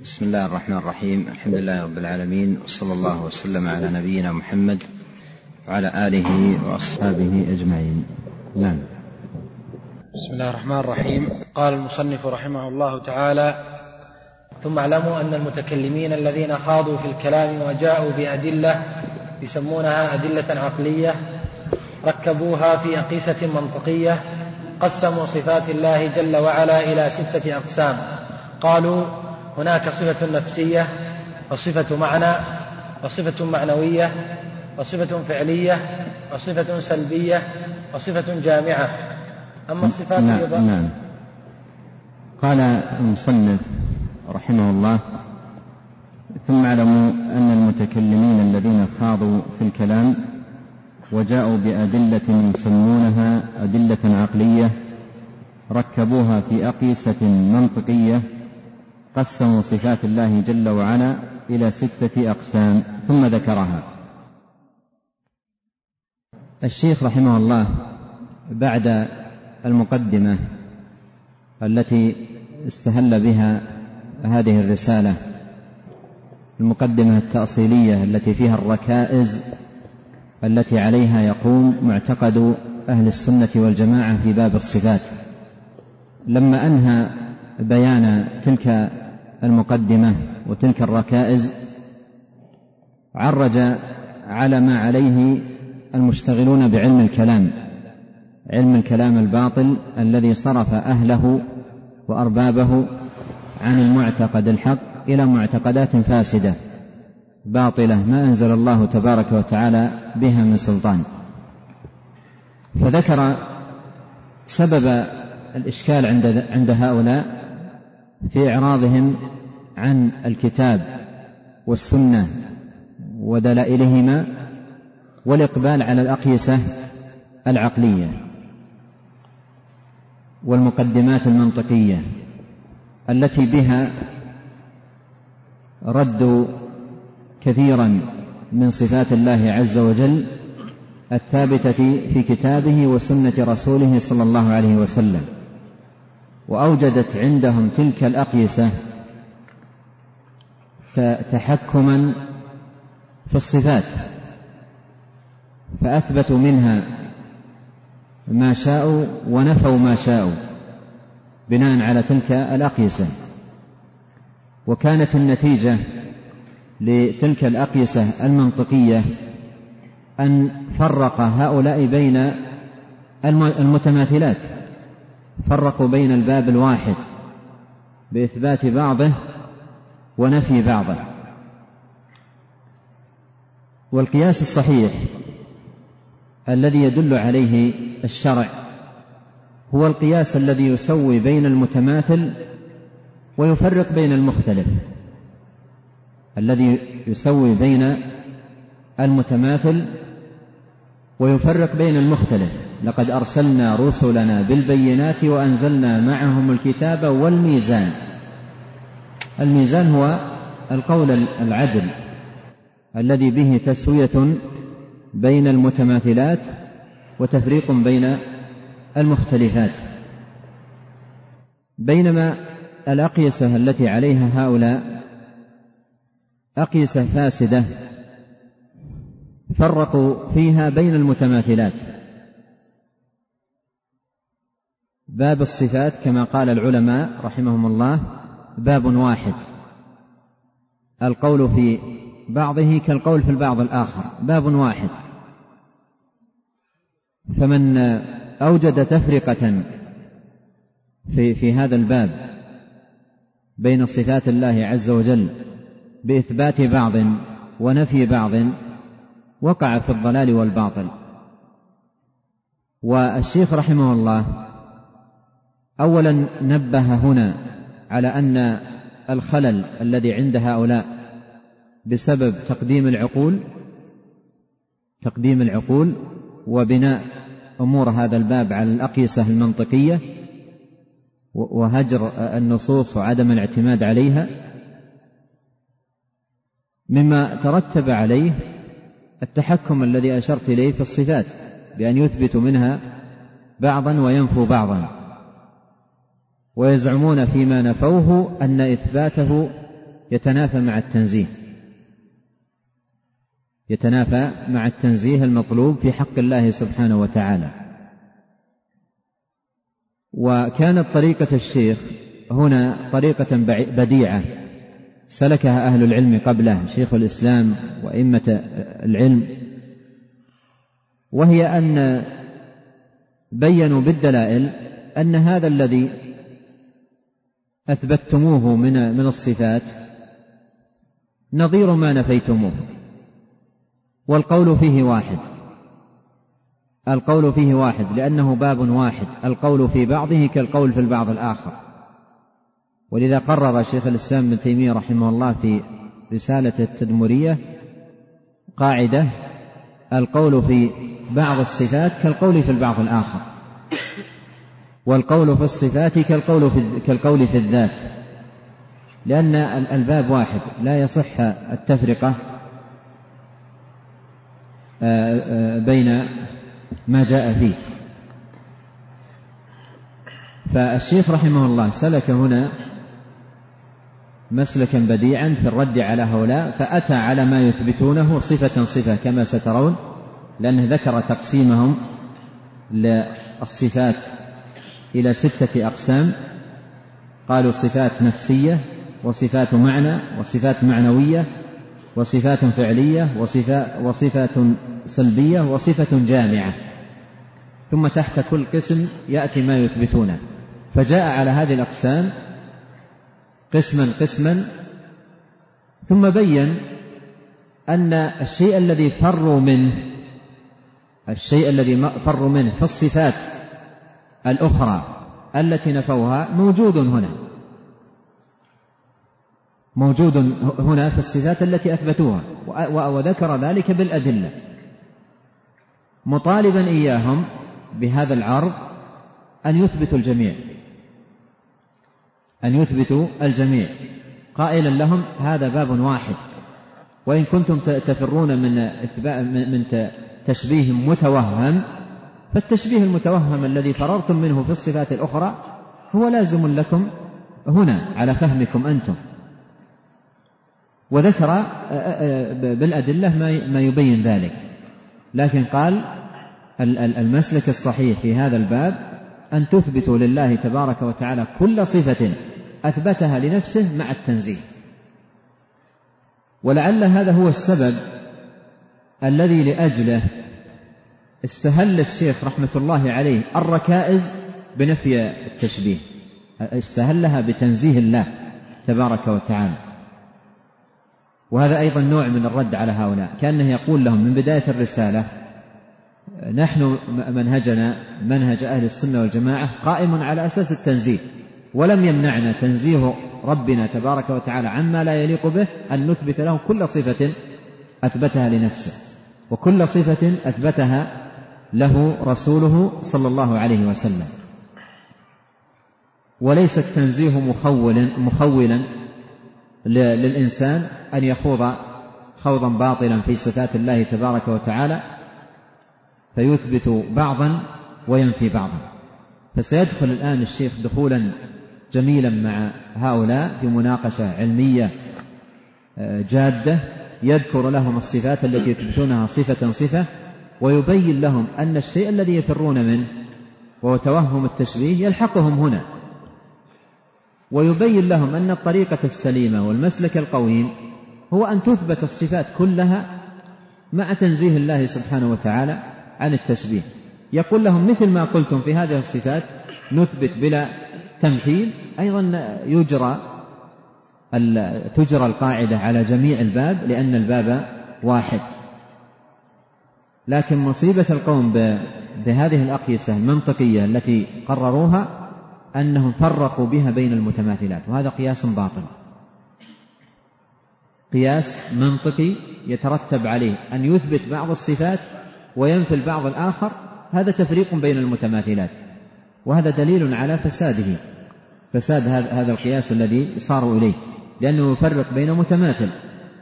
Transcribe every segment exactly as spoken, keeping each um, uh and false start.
بسم الله الرحمن الرحيم. الحمد لله رب العالمين، وصلى الله وسلم على نبينا محمد وعلى آله وأصحابه أجمعين. نعم. بسم الله الرحمن الرحيم. قال المصنف رحمه الله تعالى: ثم اعلموا أن المتكلمين الذين خاضوا في الكلام وجاءوا بأدلة يسمونها أدلة عقلية ركبوها في أقيسة منطقية قسموا صفات الله جل وعلا إلى ستة أقسام. قالوا: هناك صفة نفسية، وصفة معنى، وصفة معنوية، وصفة فعلية، وصفة سلبية، وصفة جامعة. أما الصفات نعم. نعم. قال المصنف رحمه الله: ثم اعلموا أن المتكلمين الذين خاضوا في الكلام وجاءوا بأدلة يسمونها أدلة عقلية ركبوها في أقيسة منطقية قسموا صفات الله جل وعلا إلى ستة أقسام، ثم ذكرها. الشيخ رحمه الله بعد المقدمة التي استهل بها هذه الرسالة، المقدمة التأصيلية التي فيها الركائز التي عليها يقوم معتقد أهل السنة والجماعة في باب الصفات، لما أنهى بيان تلك المقدمة وتلك الركائز عرج على ما عليه المشتغلون بعلم الكلام، علم الكلام الباطل الذي صرف أهله وأربابه عن المعتقد الحق إلى معتقدات فاسدة باطلة ما أنزل الله تبارك وتعالى بها من سلطان. فذكر سبب الإشكال عند عند هؤلاء في إعراضهم عن الكتاب والسنة ودلائلهما والإقبال على الأقيسة العقلية والمقدمات المنطقية التي بها ردوا كثيرا من صفات الله عز وجل الثابتة في كتابه وسنة رسوله صلى الله عليه وسلم، وأوجدت عندهم تلك الأقيسة تحكما في الصفات، فأثبتوا منها ما شاءوا ونفوا ما شاءوا بناء على تلك الأقيسة. وكانت النتيجة لتلك الأقيسة المنطقية أن فرق هؤلاء بين المتماثلات، فرقوا بين الباب الواحد بإثبات بعضه ونفي بعضه. والقياس الصحيح الذي يدل عليه الشرع هو القياس الذي يسوي بين المتماثل ويفرق بين المختلف، الذي يسوي بين المتماثل ويفرق بين المختلف. لقد أرسلنا رسلنا بالبينات وأنزلنا معهم الكتاب والميزان. الميزان هو القول العدل الذي به تسوية بين المتماثلات وتفريق بين المختلفات. بينما الأقيسة التي عليها هؤلاء أقيسة فاسدة فرقوا فيها بين المتماثلات. باب الصفات كما قال العلماء رحمهم الله باب واحد، القول في بعضه كالقول في البعض الآخر، باب واحد. فمن أوجد تفرقة في, في هذا الباب بين صفات الله عز وجل بإثبات بعض ونفي بعض وقع في الضلال والباطل. والشيخ رحمه الله أولا نبه هنا على أن الخلل الذي عند هؤلاء بسبب تقديم العقول تقديم العقول وبناء أمور هذا الباب على الأقيسة المنطقية وهجر النصوص وعدم الاعتماد عليها، مما ترتب عليه التحكم الذي أشرت إليه في الصفات بأن يثبتوا منها بعضا وينفوا بعضا، ويزعمون فيما نفوه أن إثباته يتنافى مع التنزيه يتنافى مع التنزيه المطلوب في حق الله سبحانه وتعالى. وكانت طريقة الشيخ هنا طريقة بديعة سلكها أهل العلم قبله، شيخ الإسلام وأئمة العلم، وهي أن بينوا بالدلائل أن هذا الذي أثبتتموه من من الصفات نظير ما نفيتموه، والقول فيه واحد القول فيه واحد لأنه باب واحد، القول في بعضه كالقول في البعض الآخر. ولذا قرر شيخ الإسلام ابن تيمية رحمه الله في رسالة التدمرية قاعدة: القول في بعض الصفات كالقول في البعض الآخر، والقول في الصفات كالقول في, كالقول في الذات، لأن الباب واحد لا يصح التفرقة بين ما جاء فيه. فالشيخ رحمه الله سلك هنا مسلكا بديعا في الرد على هؤلاء، فأتى على ما يثبتونه صفة صفة كما سترون، لأنه ذكر تقسيمهم للصفات إلى ستة أقسام. قالوا صفات نفسية، وصفات معنى، وصفات معنوية، وصفات فعلية، وصفات سلبية، وصفة جامعة، ثم تحت كل قسم يأتي ما يثبتونه. فجاء على هذه الأقسام قسما قسما، ثم بين أن الشيء الذي فروا منه الشيء الذي فروا منه في الصفات الأخرى التي نفوها موجود هنا موجود هنا في الصفات التي أثبتوها، وذكر ذلك بالأدلة، مطالبا إياهم بهذا العرض أن يثبتوا الجميع أن يثبتوا الجميع قائلا لهم: هذا باب واحد، وإن كنتم تفرون من من تشبيه متوهم، فالتشبيه المتوهم الذي فررتم منه في الصفات الأخرى هو لازم لكم هنا على فهمكم أنتم. وذكر بالأدلة ما يبين ذلك، لكن قال المسلك الصحيح في هذا الباب أن تثبتوا لله تبارك وتعالى كل صفة أثبتها لنفسه مع التنزيه. ولعل هذا هو السبب الذي لأجله استهل الشيخ رحمة الله عليه الركائز بنفي التشبيه، استهلها بتنزيه الله تبارك وتعالى. وهذا أيضا نوع من الرد على هؤلاء، كأنه يقول لهم من بداية الرسالة: نحن منهجنا منهج أهل السنة والجماعة قائم على أساس التنزيه، ولم يمنعنا تنزيه ربنا تبارك وتعالى عما لا يليق به أن نثبت له كل صفة أثبتها لنفسه، وكل صفة أثبتها له رسوله صلى الله عليه وسلم. وليس التنزيه مخولا, مخولا للإنسان أن يخوض خوضا باطلا في صفات الله تبارك وتعالى فيثبت بعضا وينفي بعضا. فسيدخل الآن الشيخ دخولا جميلا مع هؤلاء في مناقشة علمية جادة، يذكر لهم الصفات التي يثبتونها صفة صفة، ويبين لهم أن الشيء الذي يفرون منه وهو توهم التشبيه يلحقهم هنا، ويبين لهم أن الطريقة السليمة والمسلك القويم هو أن تثبت الصفات كلها مع تنزيه الله سبحانه وتعالى عن التشبيه. يقول لهم: مثل ما قلتم في هذه الصفات نثبت بلا تمثيل، أيضا يجرى تجرى القاعدة على جميع الباب، لأن الباب واحد. لكن مصيبة القوم بهذه الأقيسة المنطقية التي قرروها أنهم فرقوا بها بين المتماثلات، وهذا قياس باطل، قياس منطقي يترتب عليه أن يثبت بعض الصفات وينفي البعض الآخر، هذا تفريق بين المتماثلات، وهذا دليل على فساده، فساد هذا القياس الذي صاروا إليه، لأنه يفرق بين متماثل.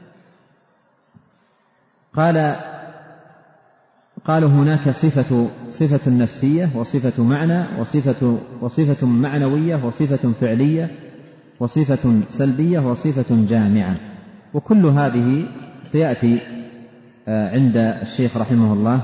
قال قالوا هناك صفة صفة نفسية، وصفة معنى، وصفة, وصفة معنوية، وصفة فعلية، وصفة سلبية وصفة جامعة، وكل هذه سيأتي عند الشيخ رحمه الله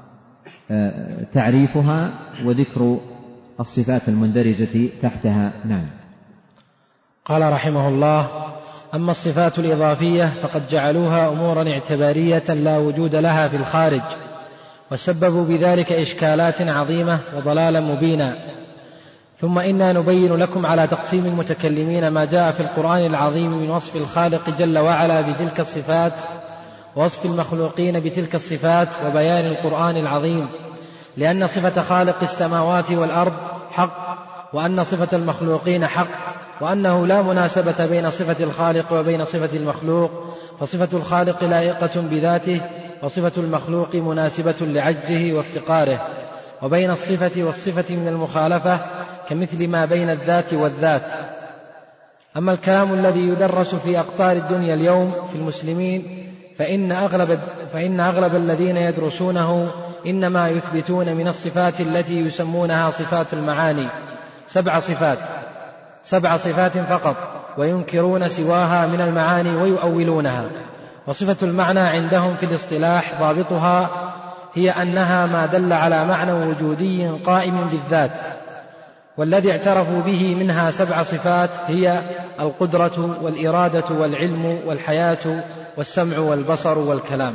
تعريفها وذكر الصفات المندرجة تحتها. نعم. قال رحمه الله: أما الصفات الإضافية فقد جعلوها أمورا اعتبارية لا وجود لها في الخارج، وسببوا بذلك إشكالات عظيمة وضلالا مبينا. ثم إنا نبين لكم على تقسيم المتكلمين ما جاء في القرآن العظيم من وصف الخالق جل وعلا بتلك الصفات، ووصف المخلوقين بتلك الصفات، وبيان القرآن العظيم لأن صفة خالق السماوات والأرض حق، وأن صفة المخلوقين حق، وأنه لا مناسبة بين صفة الخالق وبين صفة المخلوق، فصفة الخالق لائقة بذاته، وصفة المخلوق مناسبة لعجزه وافتقاره، وبين الصفة والصفة من المخالفة كمثل ما بين الذات والذات. أما الكلام الذي يدرس في أقطار الدنيا اليوم في المسلمين فإن أغلب, فإن أغلب الذين يدرسونه إنما يثبتون من الصفات التي يسمونها صفات المعاني سبع صفات سبع صفات فقط، وينكرون سواها من المعاني ويؤولونها. وصفة المعنى عندهم في الاصطلاح ضابطها هي أنها ما دل على معنى وجودي قائم بالذات، والذي اعترفوا به منها سبع صفات هي القدرة والإرادة والعلم والحياة والسمع والبصر والكلام.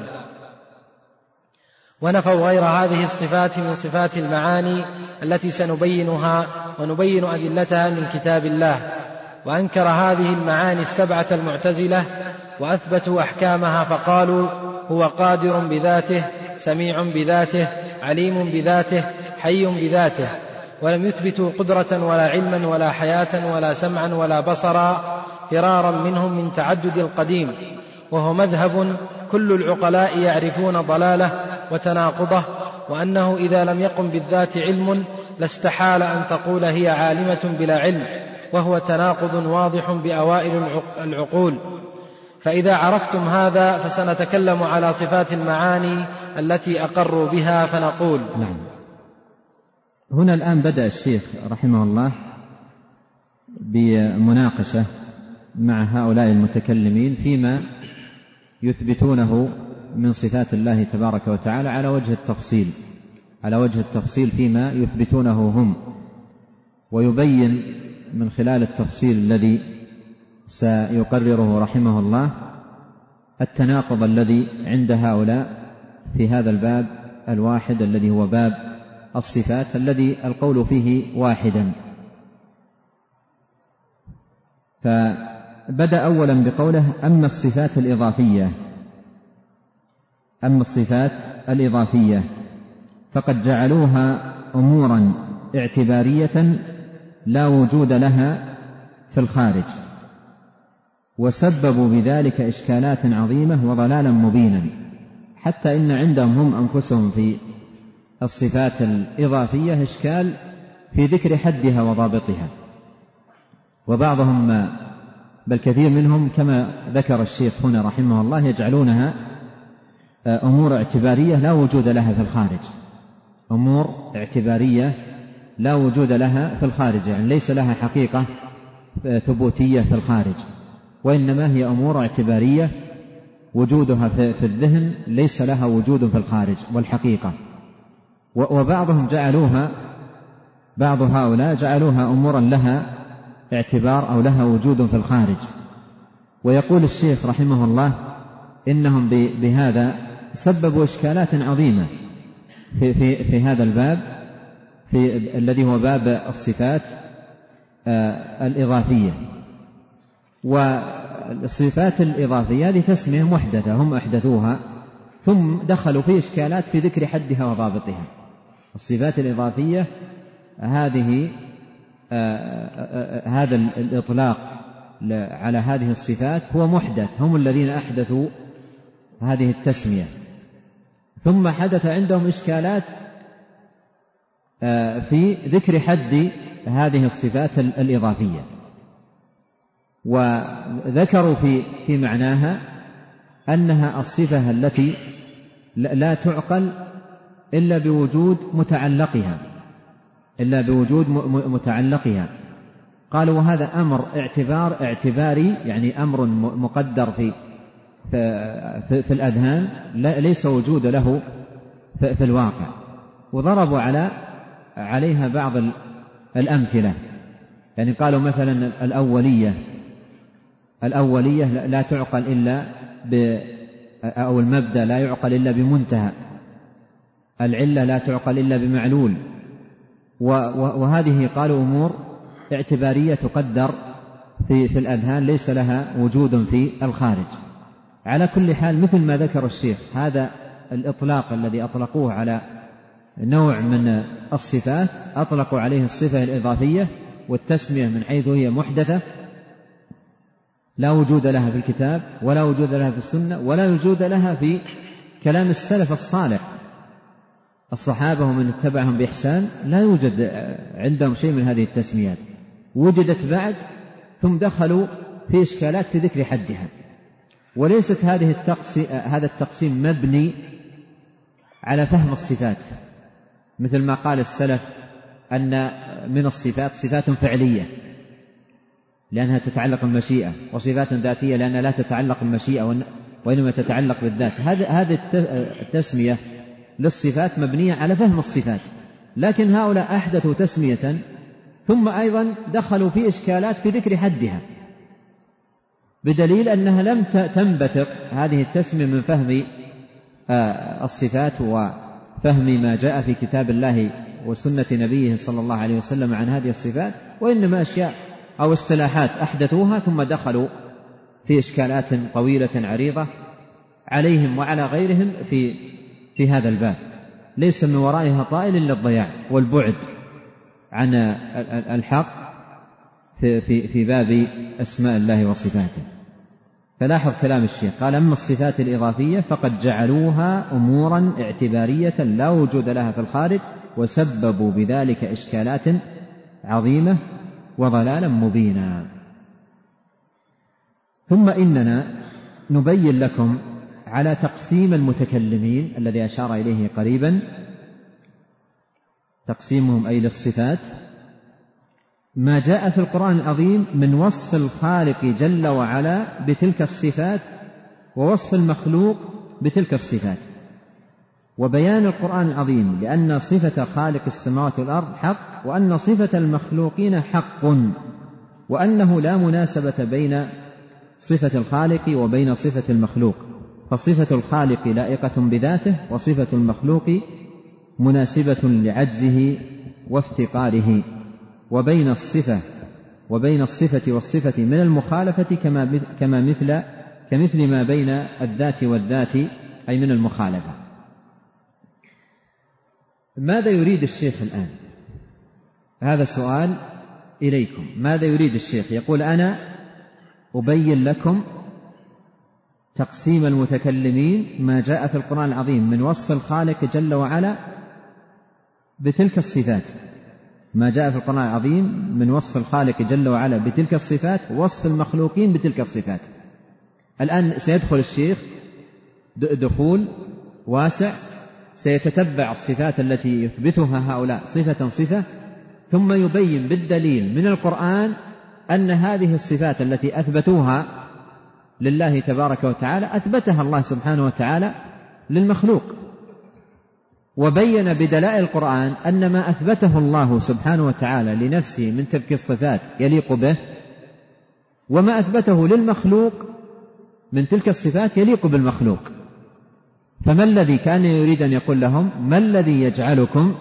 ونفوا غير هذه الصفات من صفات المعاني التي سنبينها ونبين أدلتها من كتاب الله. وأنكر هذه المعاني السبعة المعتزلة وأثبتوا أحكامها، فقالوا هو قادر بذاته، سميع بذاته، عليم بذاته، حي بذاته، ولم يثبتوا قدرة ولا علما ولا حياة ولا سمعا ولا بصرا، فرارا منهم من تعدد القديم، وهو مذهب كل العقلاء يعرفون ضلاله وتناقضه، وأنه إذا لم يقم بالذات علم لاستحال أن تقول هي عالمة بلا علم، وهو تناقض واضح بأوائل العقول. فإذا عرفتم هذا فسنتكلم على صفات المعاني التي أقروا بها فنقول. نعم. هنا الآن بدأ الشيخ رحمه الله بمناقشة مع هؤلاء المتكلمين فيما يثبتونه من صفات الله تبارك وتعالى على وجه التفصيل على وجه التفصيل فيما يثبتونه هم، ويبين من خلال التفصيل الذي سيقرره رحمه الله التناقض الذي عند هؤلاء في هذا الباب الواحد الذي هو باب الصفات الذي القول فيه واحدا. فبدأ أولا بقوله: أما الصفات الإضافية أما الصفات الإضافية فقد جعلوها أمورا اعتبارية لا وجود لها في الخارج، وسببوا بذلك إشكالات عظيمة وضلالا مبينا، حتى إن عندهم هم أنفسهم في الصفات الإضافية إشكال في ذكر حدها وضابطها. وبعضهم بل كثير منهم كما ذكر الشيخ هنا رحمه الله يجعلونها أمور اعتبارية لا وجود لها في الخارج، أمور اعتبارية لا وجود لها في الخارج، يعني ليس لها حقيقة ثبوتية في الخارج، وإنما هي أمور اعتبارية وجودها في الذهن ليس لها وجود في الخارج والحقيقة. وبعضهم جعلوها بعض هؤلاء جعلوها أمورا لها اعتبار أو لها وجود في الخارج. ويقول الشيخ رحمه الله إنهم بهذا سببوا إشكالات عظيمة في, في, في هذا الباب في الذي هو باب الصفات آه الإضافية. والصفات الإضافية هذه تسمية محدثة هم أحدثوها، ثم دخلوا في إشكالات في ذكر حدها وضابطها. الصفات الإضافية هذه آه آه هذا الإطلاق على هذه الصفات هو محدث، هم الذين أحدثوا هذه التسمية. ثم حدث عندهم إشكالات في ذكر حد هذه الصفات الإضافية، وذكروا في في معناها أنها الصفة التي لا تعقل إلا بوجود متعلقها إلا بوجود متعلقها قالوا وهذا أمر اعتبار اعتباري، يعني أمر مقدر في في, في الأذهان، ليس وجود له في, في الواقع. وضربوا على عليها بعض الأمثلة، يعني قالوا مثلا الأولية الأولية لا تعقل إلا ب أو المبدأ لا يعقل إلا بمنتهى، العلة لا تعقل إلا بمعلول، وهذه قالوا أمور اعتبارية تقدر في, في الأذهان ليس لها وجود في الخارج. على كل حال مثل ما ذكر الشيخ، هذا الإطلاق الذي أطلقوه على نوع من الصفات أطلقوا عليه الصفة الإضافية والتسمية من حيث هي محدثة لا وجود لها في الكتاب ولا وجود لها في السنة ولا وجود لها في كلام السلف الصالح الصحابة ومن اتبعهم بإحسان، لا يوجد عندهم شيء من هذه التسميات، وجدت بعد ثم دخلوا في إشكالات في ذكر حدها. وليست هذه التقسيم هذا التقسيم مبني على فهم الصفات، مثل ما قال السلف أن من الصفات صفات فعلية لأنها تتعلق بالمشيئة، وصفات ذاتية لأنها لا تتعلق بالمشيئة وإنما تتعلق بالذات. هذه التسمية للصفات مبنية على فهم الصفات، لكن هؤلاء أحدثوا تسمية ثم أيضا دخلوا في إشكالات في ذكر حدها، بدليل أنها لم تنبثق هذه التسمية من فهم الصفات وفهم ما جاء في كتاب الله وسنة نبيه صلى الله عليه وسلم عن هذه الصفات، وإنما أشياء أو اصطلاحات أحدثوها ثم دخلوا في إشكالات طويلة عريضة عليهم وعلى غيرهم في في هذا الباب، ليس من ورائها طائل إلا الضياع والبعد عن الحق في, في, في باب أسماء الله وصفاته. فلاحظ كلام الشيخ، قال أما الصفات الإضافية فقد جعلوها أمورا اعتبارية لا وجود لها في الخارج، وسببوا بذلك إشكالات عظيمة وضلالا مبينا. ثم إننا نبين لكم على تقسيم المتكلمين الذي أشار إليه قريبا، تقسيمهم أي للصفات، ما جاء في القرآن العظيم من وصف الخالق جل وعلا بتلك الصفات ووصف المخلوق بتلك الصفات، وبيان القرآن العظيم لأن صفة خالق السماوات والأرض حق، وأن صفة المخلوقين حق، وأنه لا مناسبة بين صفة الخالق وبين صفة المخلوق، فصفة الخالق لائقة بذاته وصفة المخلوق مناسبة لعجزه وافتقاره، وبين الصفة وبين الصفة والصفة من المخالفة كما كما مثل كمثل ما بين الذات والذات أي من المخالفة. ماذا يريد الشيخ الآن؟ هذا سؤال إليكم. ماذا يريد الشيخ؟ يقول أنا أبين لكم تقسيم المتكلمين ما جاء في القرآن العظيم من وصف الخالق جل وعلا بتلك الصفات، ما جاء في القرآن العظيم من وصف الخالق جل وعلا بتلك الصفات ووصف المخلوقين بتلك الصفات. الآن سيدخل الشيخ دخول واسع، سيتتبع الصفات التي يثبتها هؤلاء صفة صفة، ثم يبين بالدليل من القرآن أن هذه الصفات التي أثبتوها لله تبارك وتعالى أثبتها الله سبحانه وتعالى للمخلوق، وبين بدلائل القرآن أن ما أثبته الله سبحانه وتعالى لنفسه من تلك الصفات يليق به، وما أثبته للمخلوق من تلك الصفات يليق بالمخلوق. فما الذي كان يريد أن يقول لهم؟ ما الذي يجعلكم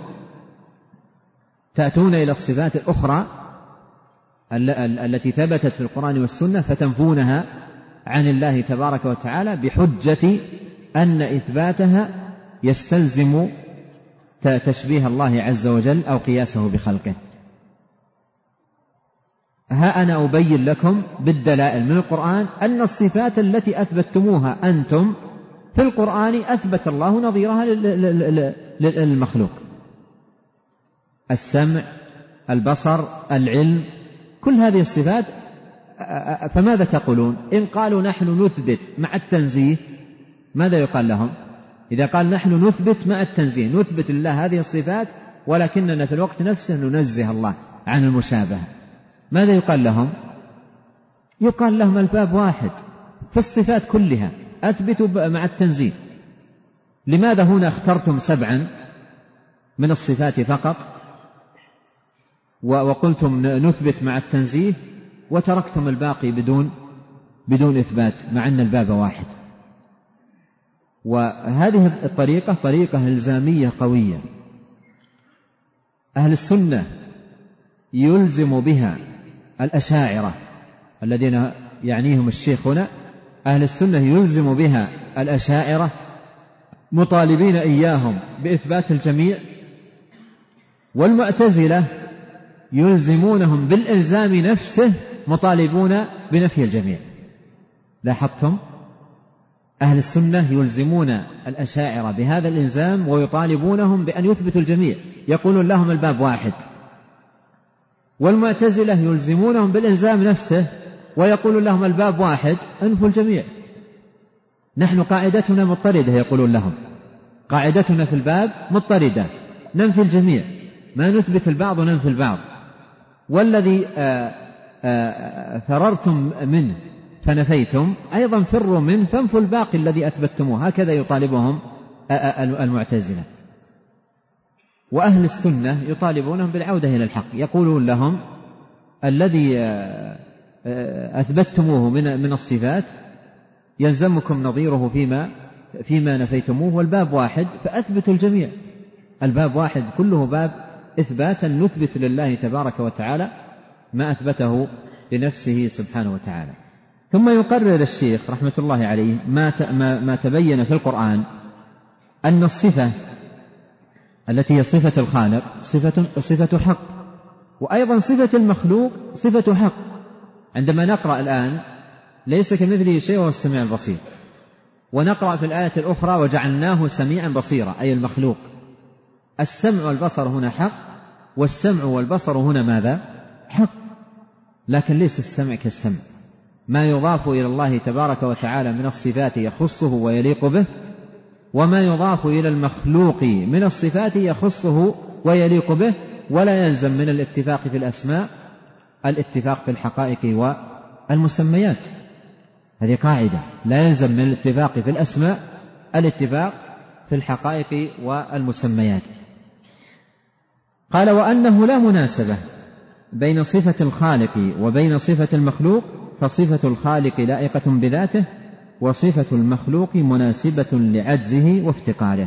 تأتون إلى الصفات الأخرى التي ثبتت في القرآن والسنة فتنفونها عن الله تبارك وتعالى بحجة أن إثباتها يستلزم تشبيه الله عز وجل أو قياسه بخلقه؟ ها أنا أبين لكم بالدلائل من القرآن أن الصفات التي أثبتموها أنتم في القرآن أثبت الله نظيرها للمخلوق، السمع، البصر، العلم، كل هذه الصفات. فماذا تقولون إن قالوا نحن نثبت مع التنزيه؟ ماذا يقال لهم إذا قال نحن نثبت مع التنزيه؟ نثبت لله هذه الصفات ولكننا في الوقت نفسه ننزه الله عن المشابهة، ماذا يقال لهم؟ يقال لهم الباب واحد في الصفات كلها، أثبتوا مع التنزيه. لماذا هنا اخترتم سبعا من الصفات فقط وقلتم نثبت مع التنزيه، وتركتم الباقي بدون بدون إثبات مع أن الباب واحد؟ وهذه الطريقة طريقة إلزامية قوية، أهل السنة يلزم بها الأشاعرة الذين يعنيهم الشيخ هنا، أهل السنة يلزم بها الأشاعرة مطالبين إياهم بإثبات الجميع، والمعتزلة يلزمونهم بالإلزام نفسه مطالبون بنفي الجميع. لاحظتم؟ أهل السنة يلزمون الأشاعرة بهذا الإلزام ويطالبونهم بأن يثبتوا الجميع، يقولون لهم الباب واحد، والمعتزلة يلزمونهم بالإلزام نفسه ويقولون لهم الباب واحد انفوا الجميع. نحن قاعدتنا مضطردة، يقولون لهم قاعدتنا في الباب مضطردة، ننفي الجميع، ما نثبت البعض وننفي البعض، والذي آآ آآ فررتم منه فنفيتم أيضا فروا منه فانفوا الباقي الذي أثبتموه. هكذا يطالبهم المعتزلة. وأهل السنة يطالبونهم بالعودة إلى الحق، يقولون لهم الذي أثبتموه من الصفات يلزمكم نظيره فيما فيما نفيتموه، والباب واحد فأثبتوا الجميع. الباب واحد كله باب إثباتا، نثبت لله تبارك وتعالى ما أثبته لنفسه سبحانه وتعالى. ثم يقرر الشيخ رحمة الله عليه ما ما تبين في القرآن أن الصفة التي هي صفة الخالق صفة صفة حق، وأيضا صفة المخلوق صفة حق. عندما نقرأ الآن ليس كمثله شيء وهو السميع البصير، ونقرأ في الآية الأخرى وجعلناه سميعا بصيرا، أي المخلوق. السمع والبصر هنا حق، والسمع والبصر هنا ماذا؟ حق، لكن ليس السمع كالسمع. ما يضاف إلى الله تبارك وتعالى من الصفات يخصه ويليق به، وما يضاف إلى المخلوق من الصفات يخصه ويليق به، ولا يلزم من الاتفاق في الأسماء الاتفاق في الحقائق والمسميات. هذه قاعدة، لا يلزم من الاتفاق في الأسماء الاتفاق في الحقائق والمسميات. قال وأنه لا مناسبة بين صفة الخالق وبين صفة المخلوق، فصفة الخالق لائقة بذاته، وصفة المخلوق مناسبة لعجزه وافتقاره.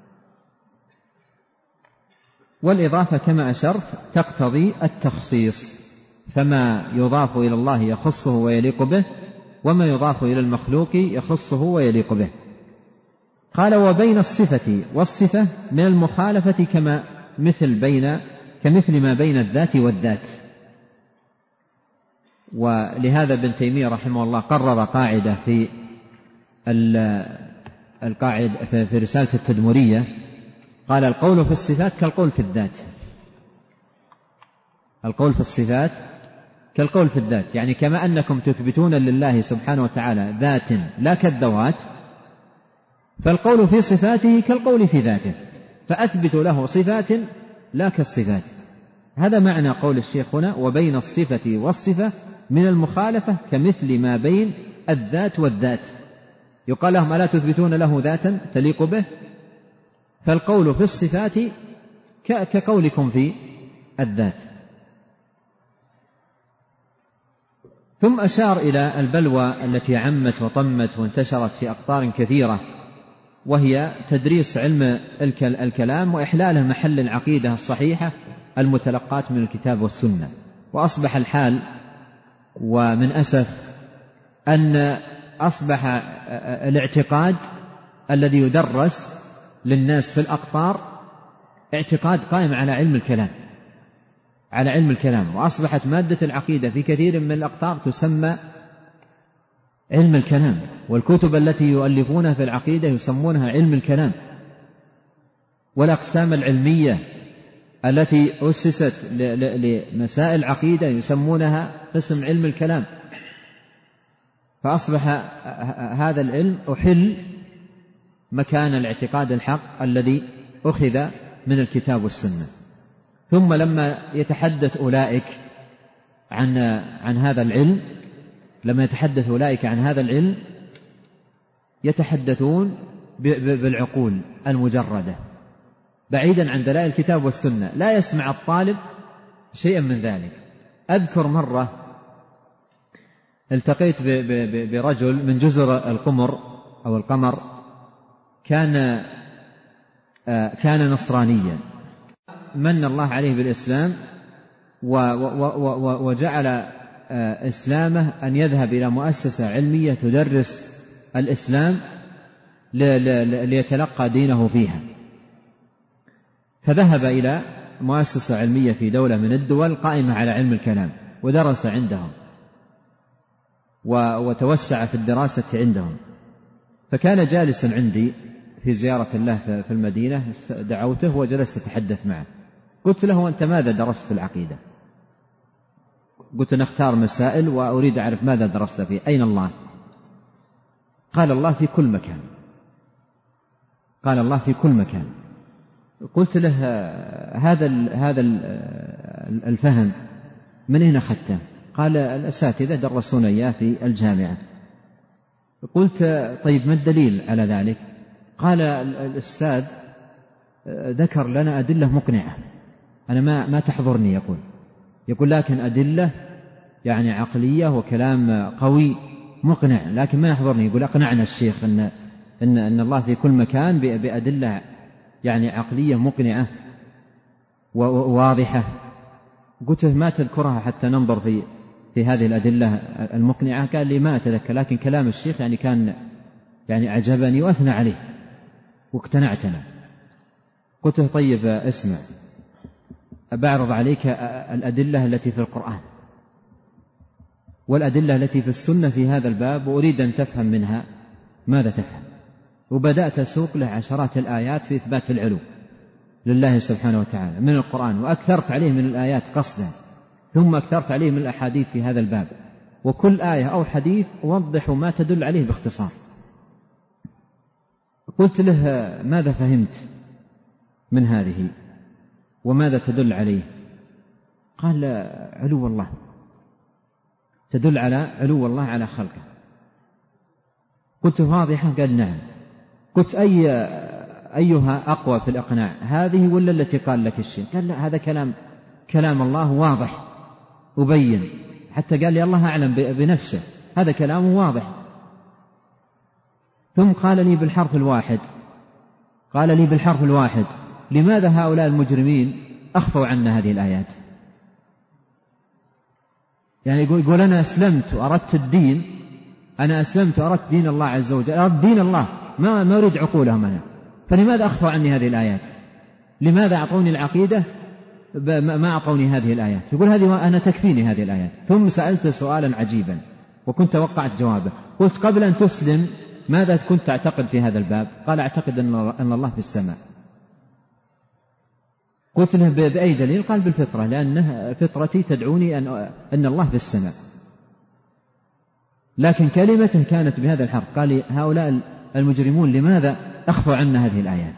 والإضافة كما أشرت تقتضي التخصيص، فما يضاف إلى الله يخصه ويليق به، وما يضاف إلى المخلوق يخصه ويليق به. قال وبين الصفة والصفة من المخالفة كما مثل بين كمثل ما بين الذات والذات. ولهذا ابن تيمية رحمه الله قرر قاعدة في القاعدة في رسالة التدمرية، قال القول في الصفات كالقول في الذات. القول في الصفات كالقول في الذات، يعني كما أنكم تثبتون لله سبحانه وتعالى ذات لا كالذوات، فالقول في صفاته كالقول في ذاته، فأثبتوا له صفات لا كالصفات. هذا معنى قول الشيخ هنا وبين الصفة والصفة من المخالفة كمثل ما بين الذات والذات. يقال لهم ألا تثبتون له ذاتا تليق به؟ فالقول في الصفات كقولكم في الذات. ثم أشار إلى البلوى التي عمت وطمت وانتشرت في أقطار كثيرة، وهي تدريس علم الكلام وإحلاله محل العقيدة الصحيحة المتلقاة من الكتاب والسنة. وأصبح الحال ومن أسف أن أصبح الاعتقاد الذي يدرس للناس في الأقطار اعتقاد قائم على علم الكلام على علم الكلام وأصبحت مادة العقيدة في كثير من الأقطار تسمى علم الكلام، والكتب التي يؤلفونها في العقيدة يسمونها علم الكلام، والأقسام العلمية التي أسست لمسائل العقيدة يسمونها قسم علم الكلام. فأصبح هذا العلم أحل مكان الاعتقاد الحق الذي أخذ من الكتاب والسنة. ثم لما يتحدث أولئك عن عن هذا العلم، لما يتحدث أولئك عن هذا العلم يتحدثون بالعقول المجردة بعيدا عن دلائل الكتاب والسنة، لا يسمع الطالب شيئا من ذلك. أذكر مرة التقيت برجل من جزر القمر أو القمر، كان كان نصرانيا، من الله عليه بالإسلام وجعل إسلامه أن يذهب إلى مؤسسة علمية تدرس الإسلام ليتلقى دينه فيها، فذهب إلى مؤسسة علمية في دولة من الدول قائمة على علم الكلام ودرس عندهم وتوسع في الدراسة عندهم. فكان جالسا عندي في زيارة الله في المدينة، دعوته وجلست أتحدث معه. قلت له: أنت ماذا درست في العقيدة؟ قلت: نختار مسائل وأريد أعرف ماذا درست فيه، أين الله؟ قال: الله في كل مكان. قال: الله في كل مكان. قلت له: هذا هذا الفهم من أين أخذته؟ قال: الأساتذة درسونا إياه في الجامعة. قلت: طيب ما الدليل على ذلك؟ قال: الأستاذ ذكر لنا أدلة مقنعة، أنا ما ما تحضرني، يقول يقول لكن أدلة يعني عقلية وكلام قوي مقنع، لكن ما يحضرني. يقول: أقنعنا الشيخ أن أن أن الله في كل مكان بأدلة يعني عقلية مقنعة وواضحة. قلت: ما تذكرها حتى ننظر في في هذه الأدلة المقنعة؟ قال لي: ما أتذكر، لكن كلام الشيخ يعني كان يعني أعجبني وأثنى عليه واقتنعتنا. قلت: طيب اسمع، بعرض عليك الأدلة التي في القرآن والأدلة التي في السنة في هذا الباب، وأريد أن تفهم منها ماذا تفهم. وبدأت أسوق له عشرات الآيات في إثبات العلو لله سبحانه وتعالى من القرآن، وأكثرت عليه من الآيات قصدا، ثم أكثرت عليه من الأحاديث في هذا الباب، وكل آية أو حديث أوضح ما تدل عليه باختصار. قلت له: ماذا فهمت من هذه وماذا تدل عليه؟ قال: علو الله، تدل على علو الله على خلقه. قلت: واضحة؟ قال: نعم. قلت: أي أيها أقوى في الإقناع، هذه ولا التي قال لك الشيء؟ قال: لا، هذا كلام كلام الله واضح وبين، حتى قال لي الله أعلم بنفسه، هذا كلامه واضح. ثم قال لي بالحرف الواحد قال لي بالحرف الواحد لماذا هؤلاء المجرمين أخفوا عنا هذه الآيات؟ يعني يقول, يقول أنا أسلمت وأردت الدين، أنا أسلمت وأردت دين الله عز وجل، أردت دين الله، ما ما أريد عقولهم أنا، فلماذا أخفوا عني هذه الآيات؟ لماذا أعطوني العقيدة ما أعطوني هذه الآيات؟ يقول: هذه أنا تكفيني هذه الآيات. ثم سألت سؤالا عجيبا وكنت وقعت جوابه. قلت: قبل أن تسلم ماذا كنت تعتقد في هذا الباب؟ قال: أعتقد أن الله في السماء. قلت له: بأي دليل؟ قال: بالفطرة، لأن فطرتي تدعوني أن, أن الله في السماء، لكن كلمته كانت بهذا الحرف. قال: هؤلاء المجرمون لماذا أخفوا عنا هذه الآيات؟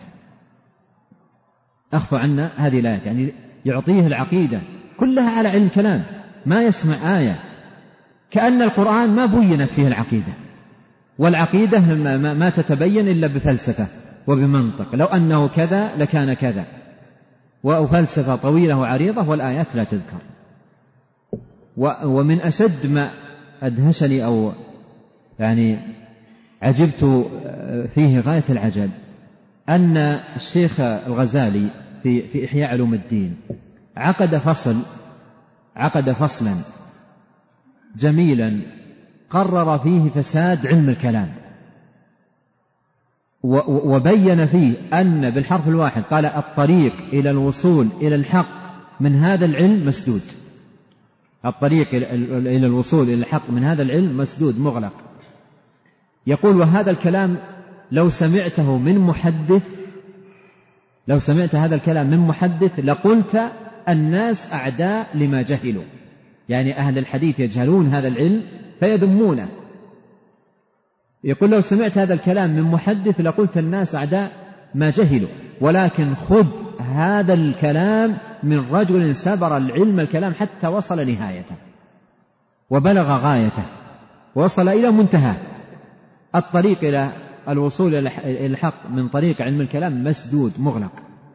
أخفوا عنا هذه الآيات، يعني يعطيه العقيدة كلها على علم الكلام، ما يسمع آية كأن القرآن ما بينت فيه العقيدة، والعقيدة ما تتبين إلا بفلسفة وبمنطق، لو أنه كذا لكان كذا، وفلسفة طويلة وعريضة والآيات لا تذكر. ومن أشد ما أدهشني أو يعني عجبت فيه غاية العجب أن الشيخ الغزالي في, في إحياء علوم الدين عقد فصل عقد فصلا جميلا قرر فيه فساد علم الكلام، وبين فيه أن بالحرف الواحد قال: الطريق إلى الوصول إلى الحق من هذا العلم مسدود، الطريق إلى الوصول إلى الحق من هذا العلم مسدود مغلق. يقول: وهذا الكلام لو سمعته من محدث لو سمعت هذا الكلام من محدث لقلت الناس أعداء لما جهلوا، يعني أهل الحديث يجهلون هذا العلم فيذمونه. يقول: لو سمعت هذا الكلام من محدث لقلت الناس أعداء ما جهلوا، ولكن خذ هذا الكلام من رجل سبر العلم الكلام حتى وصل نهايته، وبلغ غايته ووصل إلى منتهى. الطريق إلى الوصول إلى الحق من طريق علم الكلام مسدود مغلق.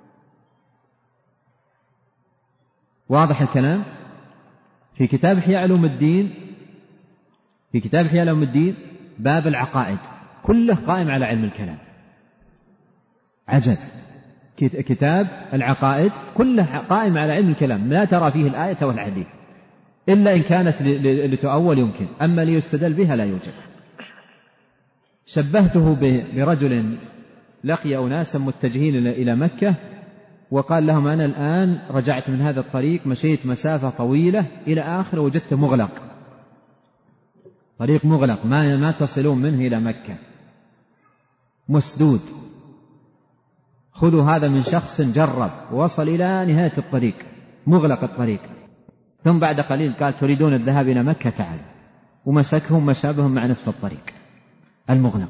واضح الكلام؟ في كتاب إحياء علوم الدين في كتاب إحياء علوم الدين باب العقائد كله قائم على علم الكلام. عجب، كتاب العقائد كله قائم على علم الكلام، لا ترى فيه الآية والحديث إلا إن كانت لتؤول يمكن، أما ليستدل بها لا يوجد. شبهته برجل لقي أناسا متجهين إلى مكة وقال لهم أنا الآن رجعت من هذا الطريق، مشيت مسافة طويلة إلى آخر وجدته مغلق، طريق مغلق ما ما تصلون منه إلى مكة، مسدود. خذوا هذا من شخص جرب ووصل إلى نهاية الطريق، مغلق الطريق، ثم بعد قليل قال تريدون الذهاب إلى مكة، تعال، ومسكهم مشابهم مع نفس الطريق المغلق.